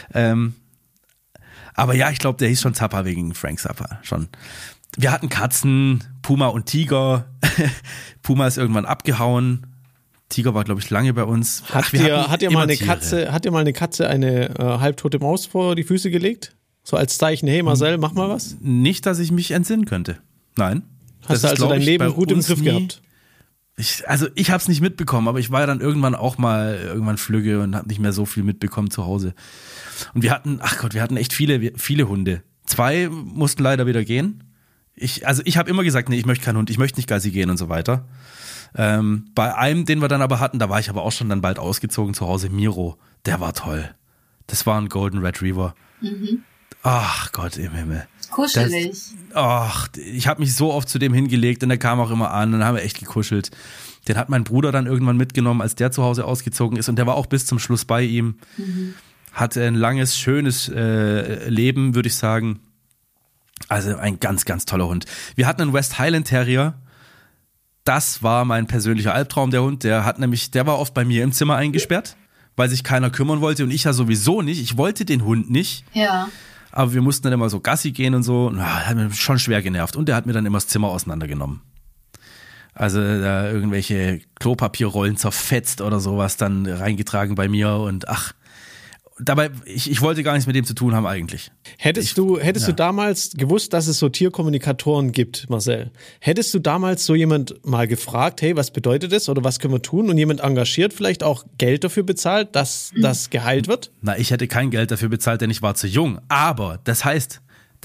Aber ja, ich glaube, der hieß schon Zappa wegen Frank Zappa, schon. Wir hatten Katzen, Puma und Puma ist irgendwann abgehauen. Tiger war, glaube ich, lange bei uns. Hat dir mal eine Katze eine halbtote Maus vor die Füße gelegt? So als Zeichen, hey Marcel, mach mal was? Nicht, dass ich mich entsinnen könnte. Nein. Hast du also dein Leben gut im Griff gehabt? Ich habe es nicht mitbekommen, aber ich war ja dann irgendwann flügge und habe nicht mehr so viel mitbekommen zu Hause. Und wir hatten echt viele Hunde. 2 mussten leider wieder gehen. Ich habe immer gesagt, nee, ich möchte keinen Hund, ich möchte nicht Gassi gehen und so weiter. Bei einem, den wir dann aber hatten, da war ich aber auch schon dann bald ausgezogen zu Hause, Miro, der war toll. Das war ein Golden Retriever. Mhm. Ach Gott im Himmel. Kuschelig. Ich habe mich so oft zu dem hingelegt und der kam auch immer an und dann haben wir echt gekuschelt. Den hat mein Bruder dann irgendwann mitgenommen, als der zu Hause ausgezogen ist und der war auch bis zum Schluss bei ihm. Mhm. Hatte ein langes, schönes Leben, würde ich sagen. Also ein ganz, ganz toller Hund. Wir hatten einen West Highland Terrier. Das war mein persönlicher Albtraum, der Hund. Der war oft bei mir im Zimmer eingesperrt, weil sich keiner kümmern wollte und ich ja sowieso nicht. Ich wollte den Hund nicht. Ja. Aber wir mussten dann immer so Gassi gehen und so. Hat mir schon schwer genervt. Und der hat mir dann immer das Zimmer auseinandergenommen. Also da irgendwelche Klopapierrollen zerfetzt oder sowas dann reingetragen bei mir. Und dabei, ich wollte gar nichts mit dem zu tun haben eigentlich. Hättest du damals gewusst, dass es so Tierkommunikatoren gibt, Marcel? Hättest du damals so jemand mal gefragt, hey, was bedeutet das oder was können wir tun? Und jemand engagiert, vielleicht auch Geld dafür bezahlt, dass das geheilt wird? Na, ich hätte kein Geld dafür bezahlt, denn ich war zu jung. Aber das heißt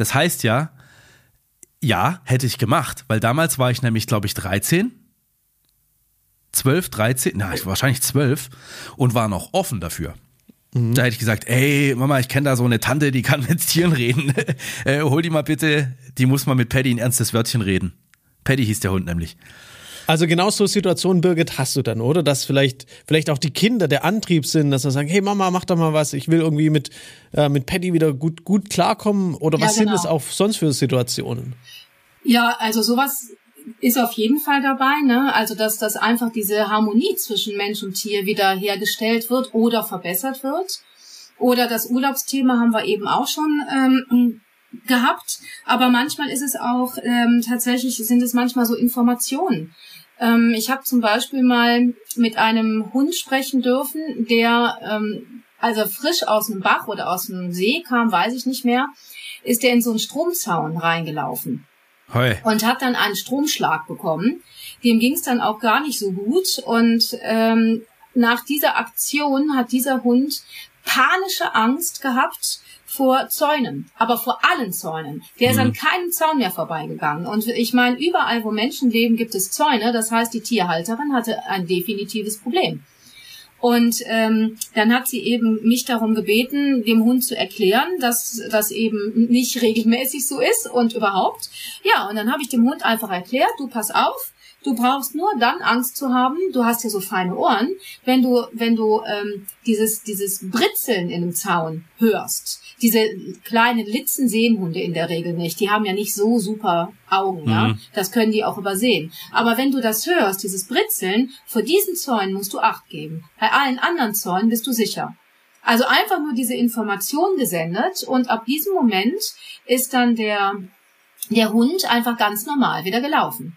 ja, hätte ich gemacht. Weil damals war ich nämlich, glaube ich, 13, wahrscheinlich 12 und war noch offen dafür. Mhm. Da hätte ich gesagt, ey, Mama, ich kenne da so eine Tante, die kann mit Tieren reden. Hol die mal bitte, die muss mal mit Paddy ein ernstes Wörtchen reden. Paddy hieß der Hund nämlich. Also genau so Situationen, Birgit, hast du dann, oder? Dass vielleicht auch die Kinder der Antrieb sind, dass sie sagen, hey Mama, mach doch mal was, ich will irgendwie mit Paddy wieder gut klarkommen. Oder was sind das auch sonst für Situationen? Ja, also sowas ist auf jeden Fall dabei, ne? Also dass einfach diese Harmonie zwischen Mensch und Tier wieder hergestellt wird oder verbessert wird. Oder das Urlaubsthema haben wir eben auch schon gehabt. Aber manchmal ist es auch tatsächlich, sind es manchmal so Informationen. Ich habe zum Beispiel mal mit einem Hund sprechen dürfen, der also frisch aus dem Bach oder aus dem See kam, weiß ich nicht mehr, ist der in so einen Stromzaun reingelaufen. Hoi. Und hat dann einen Stromschlag bekommen. Dem ging es dann auch gar nicht so gut. Und nach dieser Aktion hat dieser Hund panische Angst gehabt vor Zäunen, aber vor allen Zäunen. Der ist an keinem Zaun mehr vorbeigegangen. Und ich meine, überall, wo Menschen leben, gibt es Zäune. Das heißt, die Tierhalterin hatte ein definitives Problem. Und dann hat sie eben mich darum gebeten, dem Hund zu erklären, dass das eben nicht regelmäßig so ist und überhaupt. Ja, und dann habe ich dem Hund einfach erklärt, du pass auf, du brauchst nur dann Angst zu haben, du hast ja so feine Ohren, wenn du dieses Britzeln in dem Zaun hörst. Diese kleinen Litzen sehen Hunde in der Regel nicht. Die haben ja nicht so super Augen, ja. Das können die auch übersehen. Aber wenn du das hörst, dieses Britzeln, vor diesen Zäunen musst du Acht geben. Bei allen anderen Zäunen bist du sicher. Also einfach nur diese Information gesendet und ab diesem Moment ist dann der Hund einfach ganz normal wieder gelaufen.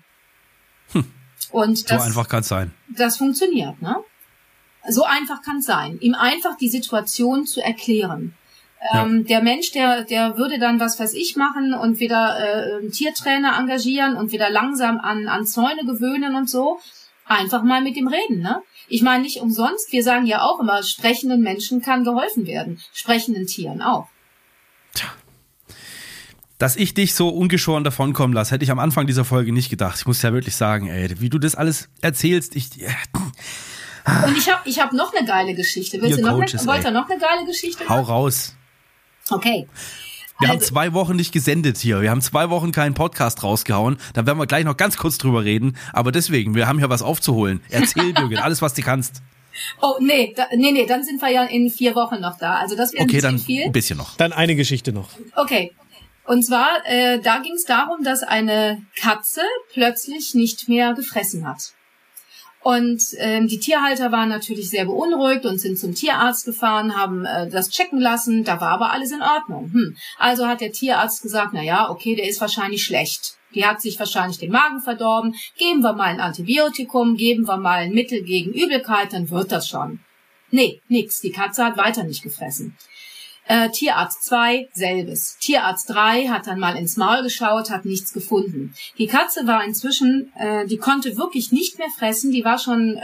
Und so einfach kann es sein. Das funktioniert, ne? So einfach kann es sein. Ihm einfach die Situation zu erklären. Der Mensch, der würde dann was weiß ich machen und wieder einen Tiertrainer engagieren und wieder langsam an Zäune gewöhnen und so. Einfach mal mit ihm reden, ne? Ich meine, nicht umsonst, wir sagen ja auch immer, sprechenden Menschen kann geholfen werden. Sprechenden Tieren auch. Tja. Dass ich dich so ungeschoren davonkommen lasse, hätte ich am Anfang dieser Folge nicht gedacht. Ich muss ja wirklich sagen, ey, wie du das alles erzählst, Und ich hab noch eine geile Geschichte. Wollt ihr noch eine geile Geschichte? Hau raus. Okay. Wir haben 2 Wochen nicht gesendet hier. Wir haben 2 Wochen keinen Podcast rausgehauen. Da werden wir gleich noch ganz kurz drüber reden. Aber deswegen, wir haben hier was aufzuholen. Erzähl, Birgit, alles, was du kannst. Oh, nee, dann sind wir ja in 4 Wochen noch da. Also das wäre okay, dann viel. Ein bisschen noch. Dann eine Geschichte noch. Okay. Und zwar, da ging es darum, dass eine Katze plötzlich nicht mehr gefressen hat. Und die Tierhalter waren natürlich sehr beunruhigt und sind zum Tierarzt gefahren, haben das checken lassen, da war aber alles in Ordnung. Also hat der Tierarzt gesagt, na ja, okay, der ist wahrscheinlich schlecht. Die hat sich wahrscheinlich den Magen verdorben, geben wir mal ein Antibiotikum, geben wir mal ein Mittel gegen Übelkeit, dann wird das schon. Nee, nix, die Katze hat weiter nicht gefressen. Tierarzt 2, selbes. Tierarzt 3 hat dann mal ins Maul geschaut, hat nichts gefunden. Die Katze war inzwischen, die konnte wirklich nicht mehr fressen, die war schon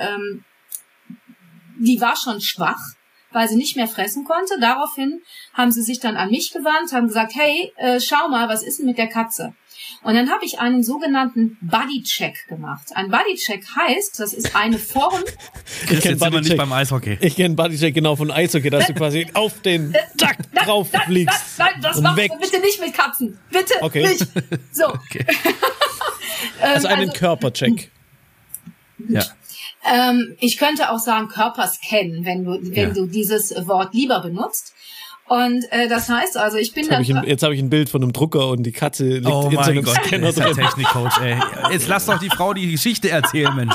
schwach, weil sie nicht mehr fressen konnte. Daraufhin haben sie sich dann an mich gewandt, haben gesagt, hey, schau mal, was ist denn mit der Katze? Und dann habe ich einen sogenannten Bodycheck gemacht. Ein Bodycheck heißt, das ist eine Form... Ich kenne Bodycheck nicht beim Eishockey. Ich kenne Bodycheck genau von Eishockey, dass du quasi auf den Zack drauf fliegst. Nein, das machst du bitte nicht mit Katzen. Bitte nicht. So. Okay. Also einen Körpercheck. Ja. Ich könnte auch sagen Körperscan, wenn du dieses Wort lieber benutzt. Und das heißt also, ich bin jetzt habe ich ein Bild von einem Drucker und die Katze liegt in so einem Scanner drin. Technikcoach, ey. Jetzt lass doch die Frau die Geschichte erzählen, Mensch.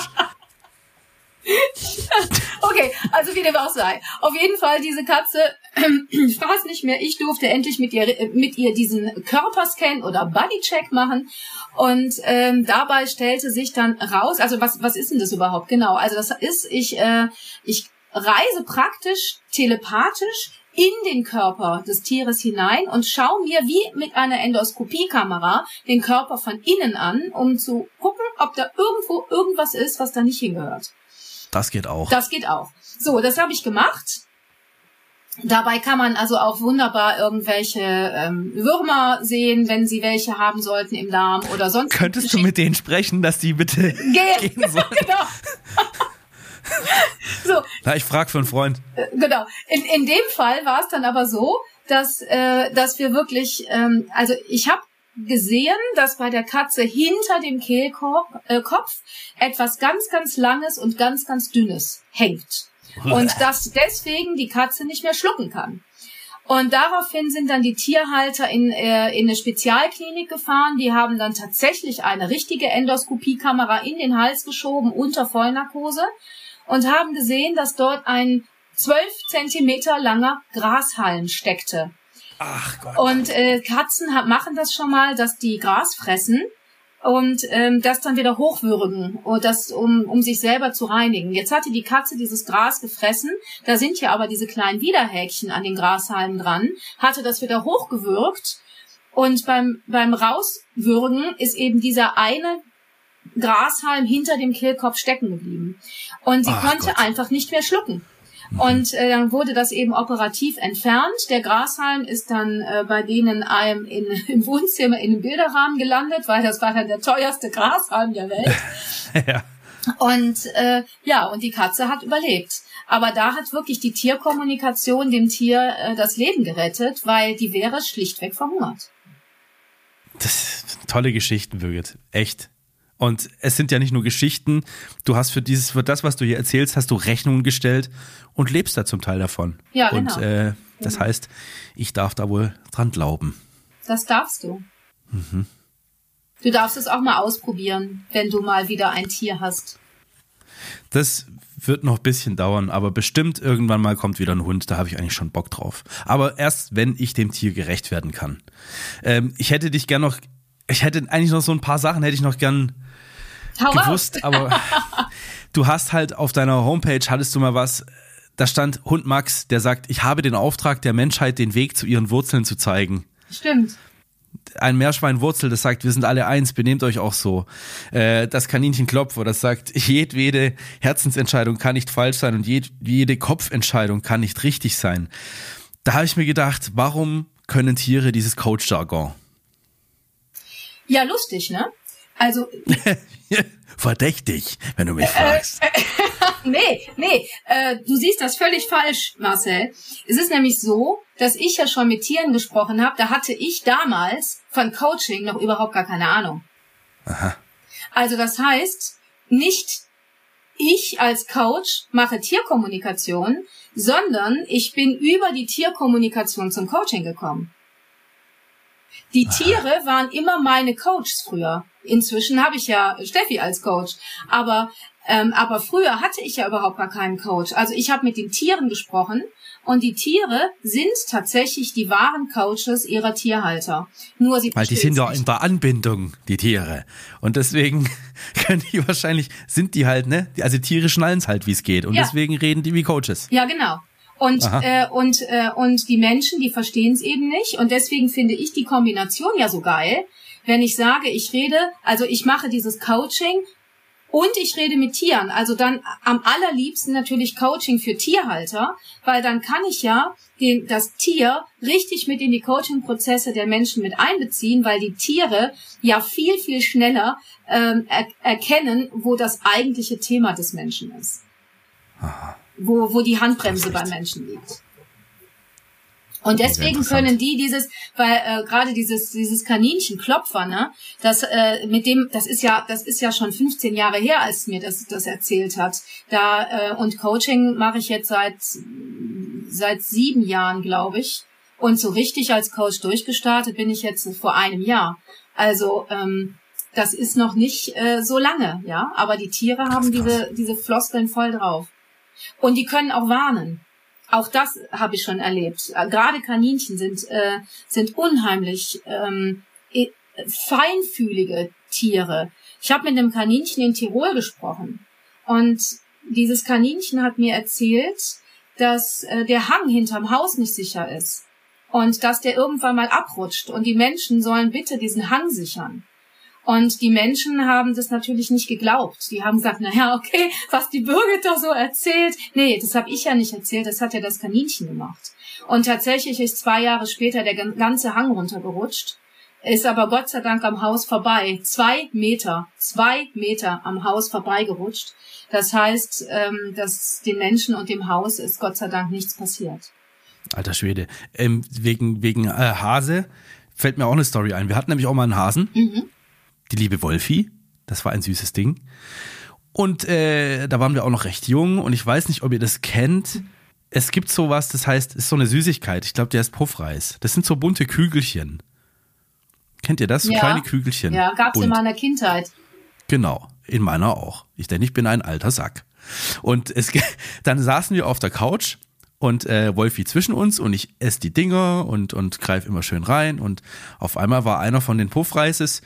Okay, also wie dem auch sei. Auf jeden Fall, diese Katze fraß nicht mehr. Ich durfte endlich mit ihr diesen Körperscan oder Bodycheck machen. Und dabei stellte sich dann raus, also was ist denn das überhaupt genau? Also das ist, ich reise praktisch telepathisch in den Körper des Tieres hinein und schaue mir wie mit einer Endoskopiekamera den Körper von innen an, um zu gucken, ob da irgendwo irgendwas ist, was da nicht hingehört. Das geht auch. Das geht auch. So, das habe ich gemacht. Dabei kann man also auch wunderbar irgendwelche Würmer sehen, wenn sie welche haben sollten im Darm oder sonst. Könntest du mit denen sprechen, dass die bitte gehen sollen? Genau. So. Na, ich frage für einen Freund. Genau. In dem Fall war es dann aber so, dass wir wirklich, also ich habe gesehen, dass bei der Katze hinter dem Kehlkopf etwas ganz, ganz Langes und ganz, ganz Dünnes hängt. Und dass deswegen die Katze nicht mehr schlucken kann. Und daraufhin sind dann die Tierhalter in eine Spezialklinik gefahren. Die haben dann tatsächlich eine richtige Endoskopiekamera in den Hals geschoben unter Vollnarkose und haben gesehen, dass dort ein 12 Zentimeter langer Grashalm steckte. Ach Gott. Und Katzen machen das schon mal, dass die Gras fressen und das dann wieder hochwürgen, und das, um sich selber zu reinigen. Jetzt hatte die Katze dieses Gras gefressen, da sind ja aber diese kleinen Widerhäkchen an den Grashalmen dran, hatte das wieder hochgewürgt und beim Rauswürgen ist eben dieser eine Grashalm hinter dem Kehlkopf stecken geblieben. Und sie konnte einfach nicht mehr schlucken. Und dann wurde das eben operativ entfernt. Der Grashalm ist dann bei denen im Wohnzimmer in einem Bilderrahmen gelandet, weil das war dann der teuerste Grashalm der Welt. Ja. Und und die Katze hat überlebt. Aber da hat wirklich die Tierkommunikation dem Tier das Leben gerettet, weil die wäre schlichtweg verhungert. Das sind tolle Geschichten, Birgit. Echt. Und es sind ja nicht nur Geschichten, du hast für das, was du hier erzählst, hast du Rechnungen gestellt und lebst da zum Teil davon. Ja, genau. Und das heißt, ich darf da wohl dran glauben. Das darfst du. Mhm. Du darfst es auch mal ausprobieren, wenn du mal wieder ein Tier hast. Das wird noch ein bisschen dauern, aber bestimmt irgendwann mal kommt wieder ein Hund, da habe ich eigentlich schon Bock drauf. Aber erst, wenn ich dem Tier gerecht werden kann. Ich hätte eigentlich noch so ein paar Sachen, hätte ich noch gern gewusst, aber du hast halt auf deiner Homepage, hattest du mal was, da stand Hund Max, der sagt, ich habe den Auftrag der Menschheit, den Weg zu ihren Wurzeln zu zeigen. Stimmt. Ein Meerschweinwurzel, das sagt, wir sind alle eins, benehmt euch auch so. Das Kaninchen Klopfer, das sagt, jedwede Herzensentscheidung kann nicht falsch sein und jede Kopfentscheidung kann nicht richtig sein. Da habe ich mir gedacht, warum können Tiere dieses Coach-Jargon? Ja, lustig, ne? Also verdächtig, wenn du mich fragst. Nee, du siehst das völlig falsch, Marcel. Es ist nämlich so, dass ich ja schon mit Tieren gesprochen habe, da hatte ich damals von Coaching noch überhaupt gar keine Ahnung. Aha. Also das heißt, nicht ich als Coach mache Tierkommunikation, sondern ich bin über die Tierkommunikation zum Coaching gekommen. Die Tiere waren immer meine Coaches früher. Inzwischen habe ich ja Steffi als Coach. Aber früher hatte ich ja überhaupt gar keinen Coach. Also ich habe mit den Tieren gesprochen und die Tiere sind tatsächlich die wahren Coaches ihrer Tierhalter. Nur sie weil die sind ja in der Anbindung, die Tiere. Und deswegen sind die halt, ne? Also Tiere schnallen es halt, wie es geht. Und deswegen reden die wie Coaches. Ja, genau. Und die Menschen, die verstehen es eben nicht. Und deswegen finde ich die Kombination ja so geil, wenn ich sage, ich mache dieses Coaching und ich rede mit Tieren. Also dann am allerliebsten natürlich Coaching für Tierhalter, weil dann kann ich ja das Tier richtig mit in die Coaching-Prozesse der Menschen mit einbeziehen, weil die Tiere ja viel, viel schneller erkennen, wo das eigentliche Thema des Menschen ist. Aha. Wo die Handbremse beim Menschen liegt. Und deswegen können die gerade dieses Kaninchen Klopfer, ne, das ist ja schon 15 Jahre her, als mir das erzählt hat. Und Coaching mache ich jetzt seit 7 Jahren, glaube ich. Und so richtig als Coach durchgestartet bin ich jetzt vor einem Jahr. Also das ist noch nicht so lange, ja. Aber die Tiere haben diese Floskeln voll drauf. Und die können auch warnen. Auch das habe ich schon erlebt. Gerade Kaninchen sind unheimlich feinfühlige Tiere. Ich habe mit einem Kaninchen in Tirol gesprochen. Und dieses Kaninchen hat mir erzählt, dass der Hang hinterm Haus nicht sicher ist. Und dass der irgendwann mal abrutscht. Und die Menschen sollen bitte diesen Hang sichern. Und die Menschen haben das natürlich nicht geglaubt. Die haben gesagt, okay, was die Birgit da so erzählt. Nee, das habe ich ja nicht erzählt, das hat ja das Kaninchen gemacht. Und tatsächlich ist 2 Jahre später der ganze Hang runtergerutscht, ist aber Gott sei Dank am Haus vorbei. 2 Meter am Haus vorbeigerutscht. Das heißt, dass den Menschen und dem Haus ist Gott sei Dank nichts passiert. Alter Schwede. Wegen Hase. fällt mir auch eine Story ein. Wir hatten nämlich auch mal einen Hasen, die liebe Wolfi, das war ein süßes Ding. Und da waren wir auch noch recht jung und ich weiß nicht, ob ihr das kennt. Es gibt sowas, das heißt, es ist so eine Süßigkeit, ich glaube, der heißt Puffreis. Das sind so bunte Kügelchen. Kennt ihr das? So kleine Kügelchen. Ja, gab's in meiner Kindheit. Genau, in meiner auch. Denn ich bin ein alter Sack. Und dann saßen wir auf der Couch und Wolfi zwischen uns und ich esse die Dinger und greife immer schön rein und auf einmal war einer von den Puffreises,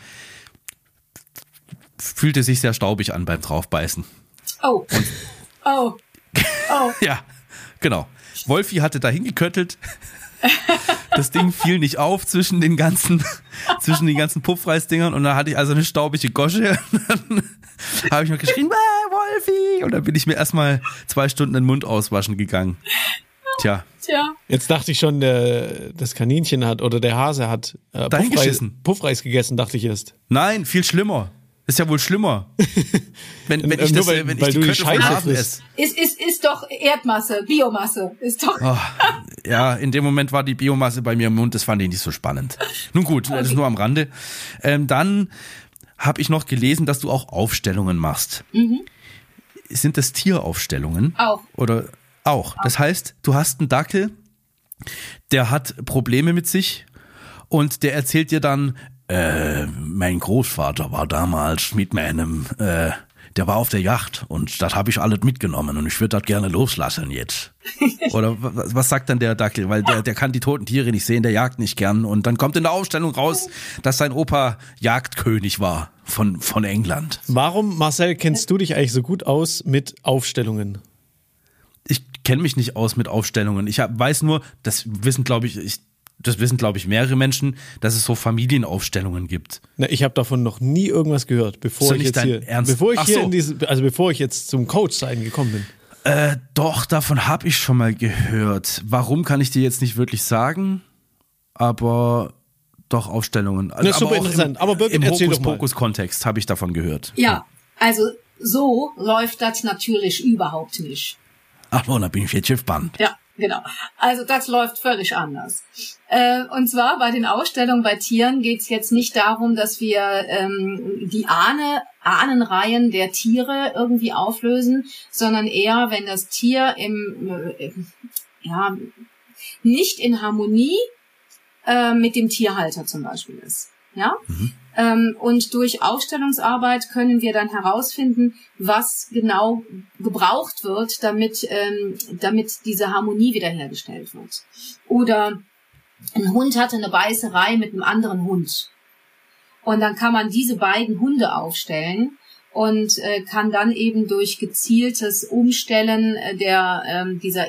fühlte sich sehr staubig an beim Draufbeißen. Oh. Oh. Ja, genau. Wolfi hatte da hingeköttelt. Das Ding fiel nicht auf zwischen den ganzen Puffreisdingern und da hatte ich also eine staubige Gosche. Dann habe ich noch geschrien, Wolfi! Und dann bin ich mir erstmal 2 Stunden den Mund auswaschen gegangen. Tja. Jetzt dachte ich schon, das Kaninchen hat oder der Hase hat Puffreis gegessen, dachte ich erst. Nein, viel schlimmer. Ist ja wohl schlimmer. Wenn ich die Kötte von Hasen esse. Ist doch Erdmasse, Biomasse. Ist doch. Oh, ja, in dem Moment war die Biomasse bei mir im Mund, das fand ich nicht so spannend. Nun gut, das ist nur am Rande. Dann habe ich noch gelesen, dass du auch Aufstellungen machst. Sind das Tieraufstellungen? Auch. Oder auch. Das heißt, du hast einen Dackel, der hat Probleme mit sich und der erzählt dir dann, mein Großvater war damals mit meinem, der war auf der Yacht und das habe ich alles mitgenommen und ich würde das gerne loslassen jetzt. Oder was sagt dann der Dackel? Weil der kann die toten Tiere nicht sehen, der jagt nicht gern und dann kommt in der Aufstellung raus, dass sein Opa Jagdkönig war von England. Warum, Marcel, kennst du dich eigentlich so gut aus mit Aufstellungen? Ich kenne mich nicht aus mit Aufstellungen. Ich weiß nur, das wissen, glaube ich, mehrere Menschen, dass es so Familienaufstellungen gibt. Na, ich habe davon noch nie irgendwas gehört, bevor ich jetzt zum Coach sein gekommen bin. Doch, davon habe ich schon mal gehört. Warum, kann ich dir jetzt nicht wirklich sagen, aber doch Aufstellungen. Also, super interessant. Aber Birgit, im erzähl doch mal. Hokuspokus-Kontext habe ich davon gehört. Ja, also so läuft das natürlich überhaupt nicht. Ach, da bin ich jetzt gespannt. Ja, genau. Also das läuft völlig anders. Und zwar bei den Ausstellungen bei Tieren geht es jetzt nicht darum, dass wir die Ahnenreihen der Tiere irgendwie auflösen, sondern eher, wenn das Tier nicht in Harmonie mit dem Tierhalter zum Beispiel ist. Ja? Und durch Aufstellungsarbeit können wir dann herausfinden, was genau gebraucht wird, damit diese Harmonie wiederhergestellt wird. Oder ein Hund hatte eine Beißerei mit einem anderen Hund. Und dann kann man diese beiden Hunde aufstellen und kann dann eben durch gezieltes Umstellen dieser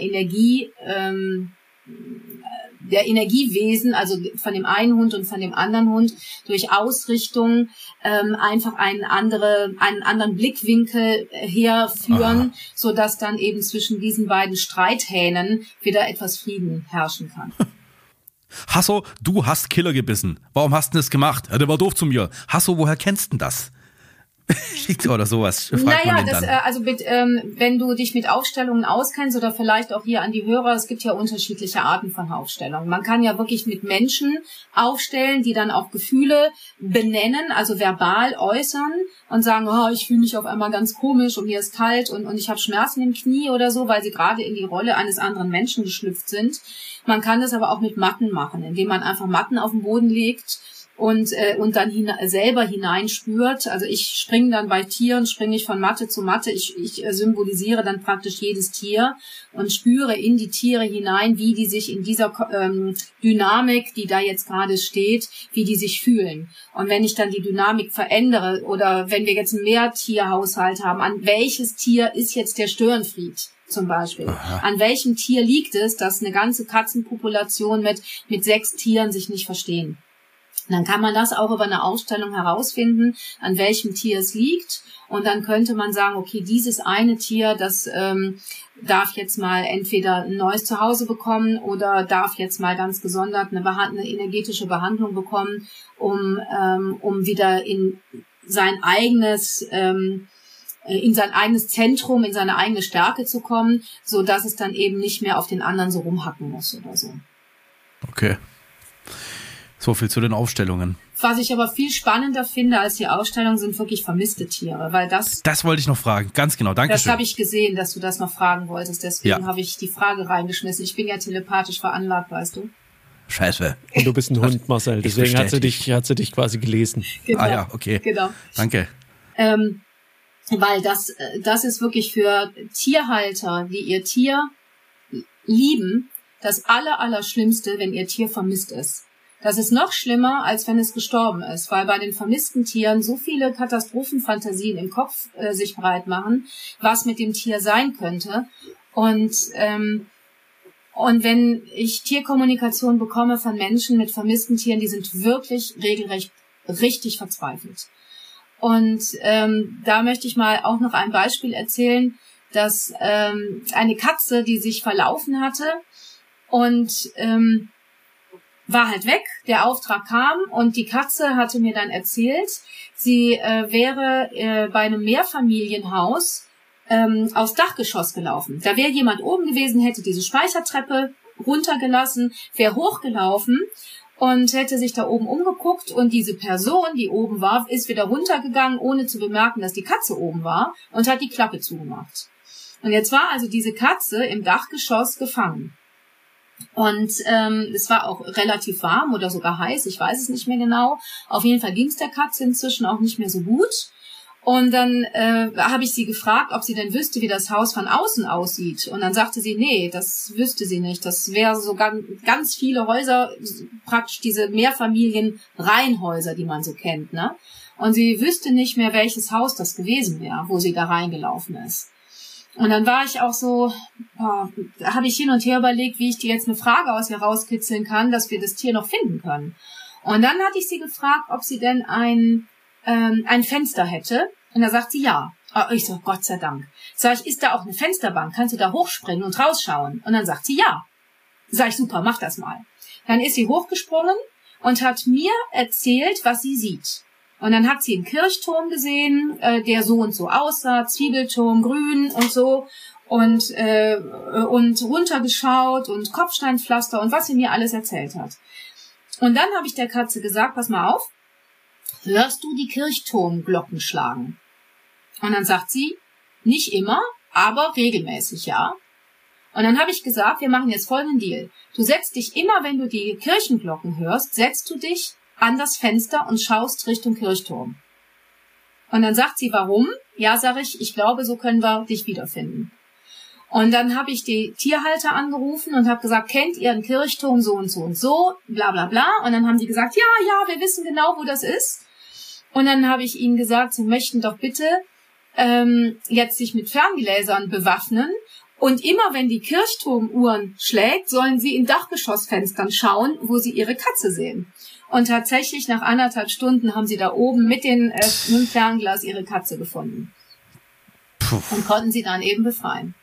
der Energiewesen, also von dem einen Hund und von dem anderen Hund, durch Ausrichtung einfach einen anderen Blickwinkel herführen, sodass dann eben zwischen diesen beiden Streithähnen wieder etwas Frieden herrschen kann. Hasso, du hast Killer gebissen. Warum hast du das gemacht? Ja, der war doof zu mir. Hasso, woher kennst du denn das? Oder sowas, fragt man den dann. Wenn du dich mit Aufstellungen auskennst oder vielleicht auch hier an die Hörer, es gibt ja unterschiedliche Arten von Aufstellungen. Man kann ja wirklich mit Menschen aufstellen, die dann auch Gefühle benennen, also verbal äußern und sagen, ich fühle mich auf einmal ganz komisch und mir ist kalt und ich habe Schmerzen im Knie oder so, weil sie gerade in die Rolle eines anderen Menschen geschlüpft sind. Man kann das aber auch mit Matten machen, indem man einfach Matten auf den Boden legt und dann selber hineinspürt. Also ich springe dann bei Tieren, springe ich von Matte zu Matte. Ich symbolisiere dann praktisch jedes Tier und spüre in die Tiere hinein, wie die sich in dieser Dynamik, die da jetzt gerade steht, wie die sich fühlen. Und wenn ich dann die Dynamik verändere oder wenn wir jetzt einen Mehrtierhaushalt haben, an welches Tier ist jetzt der Störenfried? Zum Beispiel. Aha. An welchem Tier liegt es, dass eine ganze Katzenpopulation mit 6 Tieren sich nicht verstehen? Und dann kann man das auch über eine Ausstellung herausfinden, an welchem Tier es liegt. Und dann könnte man sagen, okay, dieses eine Tier, das darf jetzt mal entweder ein neues Zuhause bekommen oder darf jetzt mal ganz gesondert eine energetische Behandlung bekommen, um wieder in sein eigenes Zentrum, in seine eigene Stärke zu kommen, so dass es dann eben nicht mehr auf den anderen so rumhacken muss oder so. Okay. So viel zu den Aufstellungen. Was ich aber viel spannender finde als die Ausstellung, sind wirklich vermisste Tiere, weil das wollte ich noch fragen, ganz genau, danke schön. Das habe ich gesehen, dass du das noch fragen wolltest, deswegen habe ich die Frage reingeschmissen. Ich bin ja telepathisch veranlagt, weißt du. Scheiße. Und du bist ein Hund, Marcel, deswegen hat sie dich quasi gelesen. Genau. Ah ja, okay. Genau. Danke. Weil das ist wirklich für Tierhalter, die ihr Tier lieben, das Allerschlimmste, wenn ihr Tier vermisst ist. Das ist noch schlimmer, als wenn es gestorben ist, weil bei den vermissten Tieren so viele Katastrophenfantasien im Kopf sich breit machen, was mit dem Tier sein könnte. Und wenn ich Tierkommunikation bekomme von Menschen mit vermissten Tieren, die sind wirklich regelrecht richtig verzweifelt. Und da möchte ich mal auch noch ein Beispiel erzählen, dass eine Katze, die sich verlaufen hatte und war halt weg, der Auftrag kam und die Katze hatte mir dann erzählt, sie wäre bei einem Mehrfamilienhaus aufs Dachgeschoss gelaufen. Da wäre jemand oben gewesen, hätte diese Speichertreppe runtergelassen, wäre hochgelaufen und hätte sich da oben umgeguckt und diese Person, die oben war, ist wieder runtergegangen, ohne zu bemerken, dass die Katze oben war und hat die Klappe zugemacht. Und jetzt war also diese Katze im Dachgeschoss gefangen. Und es war auch relativ warm oder sogar heiß, ich weiß es nicht mehr genau. Auf jeden Fall ging es der Katze inzwischen auch nicht mehr so gut. Und dann habe ich sie gefragt, ob sie denn wüsste, wie das Haus von außen aussieht. Und dann sagte sie, nee, das wüsste sie nicht. Das wäre so ganz viele Häuser, praktisch diese Mehrfamilien-Reihenhäuser, die man so kennt, ne? Und sie wüsste nicht mehr, welches Haus das gewesen wäre, wo sie da reingelaufen ist. Und dann war ich auch so, da habe ich hin und her überlegt, wie ich dir jetzt eine Frage aus ihr rauskitzeln kann, dass wir das Tier noch finden können. Und dann hatte ich sie gefragt, ob sie denn ein Fenster hätte. Und da sagt sie ja. Ich so, Gott sei Dank. Sag ich, ist da auch eine Fensterbank? Kannst du da hochspringen und rausschauen? Und dann sagt sie ja. Sag ich, super, mach das mal. Dann ist sie hochgesprungen und hat mir erzählt, was sie sieht. Und dann hat sie einen Kirchturm gesehen, der so und so aussah, Zwiebelturm, grün und so und runtergeschaut und Kopfsteinpflaster und was sie mir alles erzählt hat. Und dann habe ich der Katze gesagt, pass mal auf, hörst du die Kirchturmglocken schlagen? Und dann sagt sie, nicht immer, aber regelmäßig, ja. Und dann habe ich gesagt, wir machen jetzt folgenden Deal. Du setzt dich immer, wenn du die Kirchenglocken hörst, setzt du dich an das Fenster und schaust Richtung Kirchturm. Und dann sagt sie, warum? Ja, sag ich glaube, so können wir dich wiederfinden. Und dann habe ich die Tierhalter angerufen und habe gesagt, kennt ihr einen Kirchturm so und so und so, bla bla bla. Und dann haben die gesagt, ja, wir wissen genau, wo das ist. Und dann habe ich ihnen gesagt, sie möchten doch bitte jetzt sich mit Ferngläsern bewaffnen. Und immer wenn die Kirchturmuhren schlägt, sollen sie in Dachgeschossfenstern schauen, wo sie ihre Katze sehen. Und tatsächlich nach 1,5 Stunden haben sie da oben mit dem Fernglas ihre Katze gefunden. Puh. Und konnten sie dann eben befreien.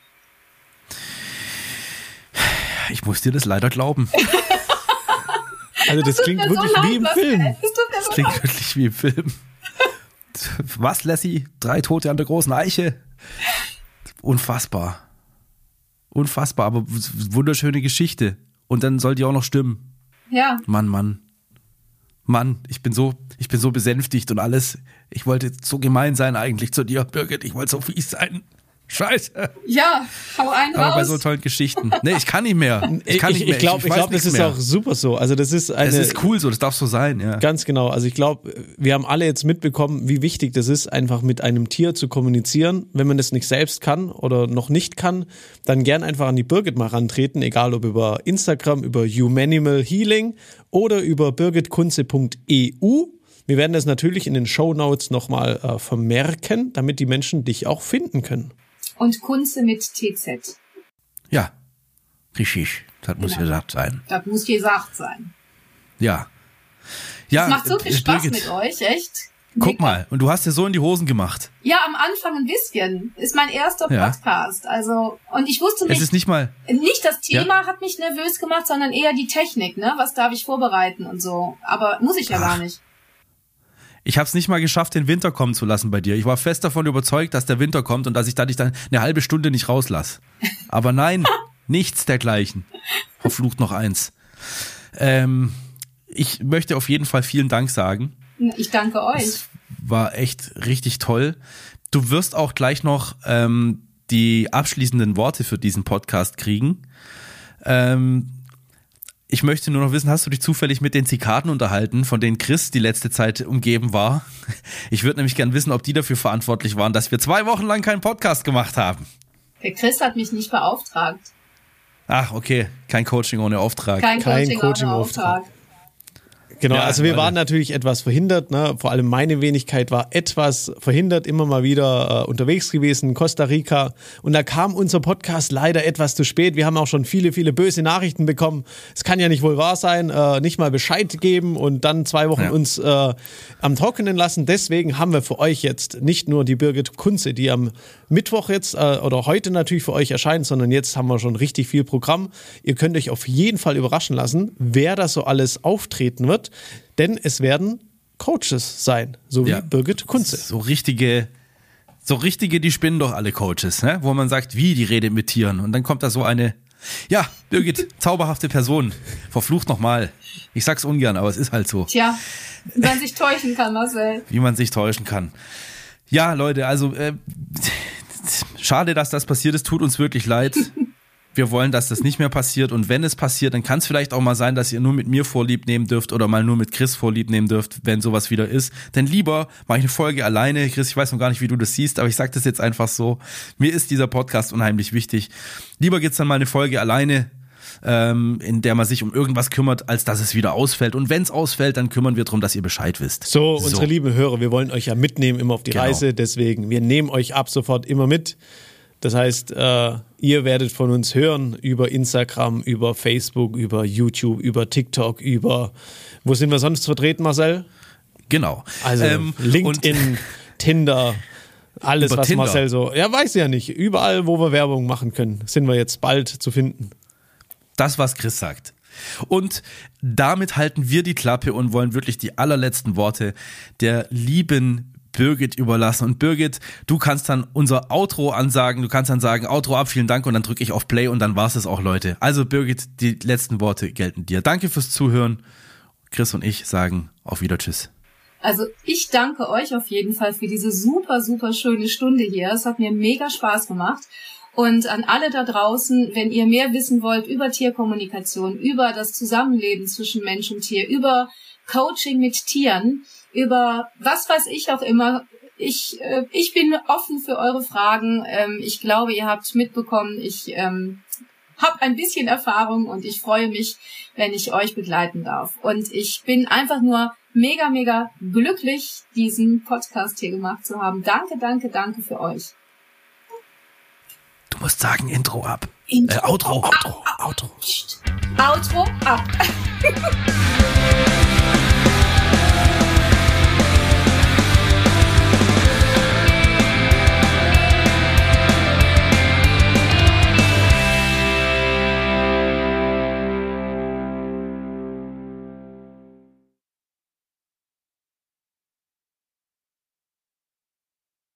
Ich muss dir das leider glauben. Also das klingt wirklich wie im Film. Das klingt wirklich wie im Film. Was, Lassie? 3 Tote an der großen Eiche? Unfassbar. Unfassbar, aber wunderschöne Geschichte. Und dann soll die auch noch stimmen. Ja. Mann, ich bin so besänftigt und alles. Ich wollte so gemein sein eigentlich zu dir, Birgit. Ich wollte so fies sein. Scheiße. Ja, hau einen raus. Aber bei so tollen Geschichten. Nee, ich kann nicht mehr. Ich glaube, das ist auch super so. Also das ist cool so, das darf so sein, ja. Ganz genau. Also ich glaube, wir haben alle jetzt mitbekommen, wie wichtig das ist, einfach mit einem Tier zu kommunizieren. Wenn man das nicht selbst kann oder noch nicht kann, dann gern einfach an die Birgit mal rantreten, egal ob über Instagram, über Humanimal Healing oder über birgitkunze.eu. Wir werden das natürlich in den Shownotes nochmal vermerken, damit die Menschen dich auch finden können. Und Kunze mit TZ. Ja, richtig. Das muss gesagt sein. Das muss gesagt sein. Ja. Es macht so viel Spaß Birgit, mit euch, echt. Guck mal, und du hast dir so in die Hosen gemacht. Ja, am Anfang ein bisschen. Ist mein erster Podcast. Also, und ich wusste nicht. Es ist nicht das Thema hat mich nervös gemacht, sondern eher die Technik, ne? Was darf ich vorbereiten und so. Aber muss ich ja gar nicht. Ich habe es nicht mal geschafft, den Winter kommen zu lassen bei dir. Ich war fest davon überzeugt, dass der Winter kommt und dass ich dich dann eine halbe Stunde nicht rauslasse. Aber nein, nichts dergleichen. Verflucht noch eins. ich möchte auf jeden Fall vielen Dank sagen. Ich danke euch. Es war echt richtig toll. Du wirst auch gleich noch die abschließenden Worte für diesen Podcast kriegen. Ich möchte nur noch wissen, hast du dich zufällig mit den Zikaden unterhalten, von denen Chris die letzte Zeit umgeben war? Ich würde nämlich gern wissen, ob die dafür verantwortlich waren, dass wir 2 Wochen lang keinen Podcast gemacht haben. Der Chris hat mich nicht beauftragt. Ach, okay. Kein Coaching ohne Auftrag. Kein Coaching ohne Auftrag. Genau, Ja, also wir Leute. waren natürlich etwas verhindert, ne? Vor allem meine Wenigkeit war etwas verhindert, immer mal wieder unterwegs gewesen in Costa Rica und da kam unser Podcast leider etwas zu spät. Wir haben auch schon viele, viele böse Nachrichten bekommen. Es kann ja nicht wohl wahr sein, nicht mal Bescheid geben und dann 2 Wochen uns am Trockenen lassen. Deswegen haben wir für euch jetzt nicht nur die Birgit Kunze, die am Mittwoch jetzt oder heute natürlich für euch erscheint, sondern jetzt haben wir schon richtig viel Programm. Ihr könnt euch auf jeden Fall überraschen lassen, wer da so alles auftreten wird. Denn es werden Coaches sein, so wie Birgit Kunze. So richtige, die spinnen doch alle Coaches, ne? Wo man sagt, wie, die redet mit Tieren. Und dann kommt da so eine, ja, Birgit, zauberhafte Person. Verflucht nochmal. Ich sag's ungern, aber es ist halt so. Tja, wie man sich täuschen kann, Marcel. Wie man sich täuschen kann. Ja, Leute, also schade, dass das passiert ist. Tut uns wirklich leid. Wir wollen, dass das nicht mehr passiert und wenn es passiert, dann kann es vielleicht auch mal sein, dass ihr nur mit mir Vorlieb nehmen dürft oder mal nur mit Chris Vorlieb nehmen dürft, wenn sowas wieder ist. Denn lieber mache ich eine Folge alleine. Chris, ich weiß noch gar nicht, wie du das siehst, aber ich sage das jetzt einfach so. Mir ist dieser Podcast unheimlich wichtig. Lieber gibt's dann mal eine Folge alleine, in der man sich um irgendwas kümmert, als dass es wieder ausfällt. Und wenn es ausfällt, dann kümmern wir darum, dass ihr Bescheid wisst. So, unsere lieben Hörer, wir wollen euch ja mitnehmen immer auf die Reise, deswegen, wir nehmen euch ab sofort immer mit. Das heißt, ihr werdet von uns hören über Instagram, über Facebook, über YouTube, über TikTok, wo sind wir sonst vertreten, Marcel? Genau. Also LinkedIn, Tinder, alles, was Tinder. Marcel so, ja, weiß ja nicht, überall, wo wir Werbung machen können, sind wir jetzt bald zu finden. Das, was Chris sagt. Und damit halten wir die Klappe und wollen wirklich die allerletzten Worte der lieben Birgit überlassen. Und Birgit, du kannst dann unser Outro ansagen, du kannst dann sagen, Outro ab, vielen Dank und dann drücke ich auf Play und dann war's es auch, Leute. Also Birgit, die letzten Worte gelten dir. Danke fürs Zuhören. Chris und ich sagen auf Wieder, tschüss. Also ich danke euch auf jeden Fall für diese super, super schöne Stunde hier. Es hat mir mega Spaß gemacht. Und an alle da draußen, wenn ihr mehr wissen wollt über Tierkommunikation, über das Zusammenleben zwischen Mensch und Tier, über Coaching mit Tieren, über was weiß ich auch immer. Ich bin offen für eure Fragen. Ich glaube, ihr habt mitbekommen, ich habe ein bisschen Erfahrung und ich freue mich, wenn ich euch begleiten darf. Und ich bin einfach nur mega, mega glücklich, diesen Podcast hier gemacht zu haben. Danke, danke, danke für euch. Du musst sagen, Intro ab. Outro ab. Outro ab.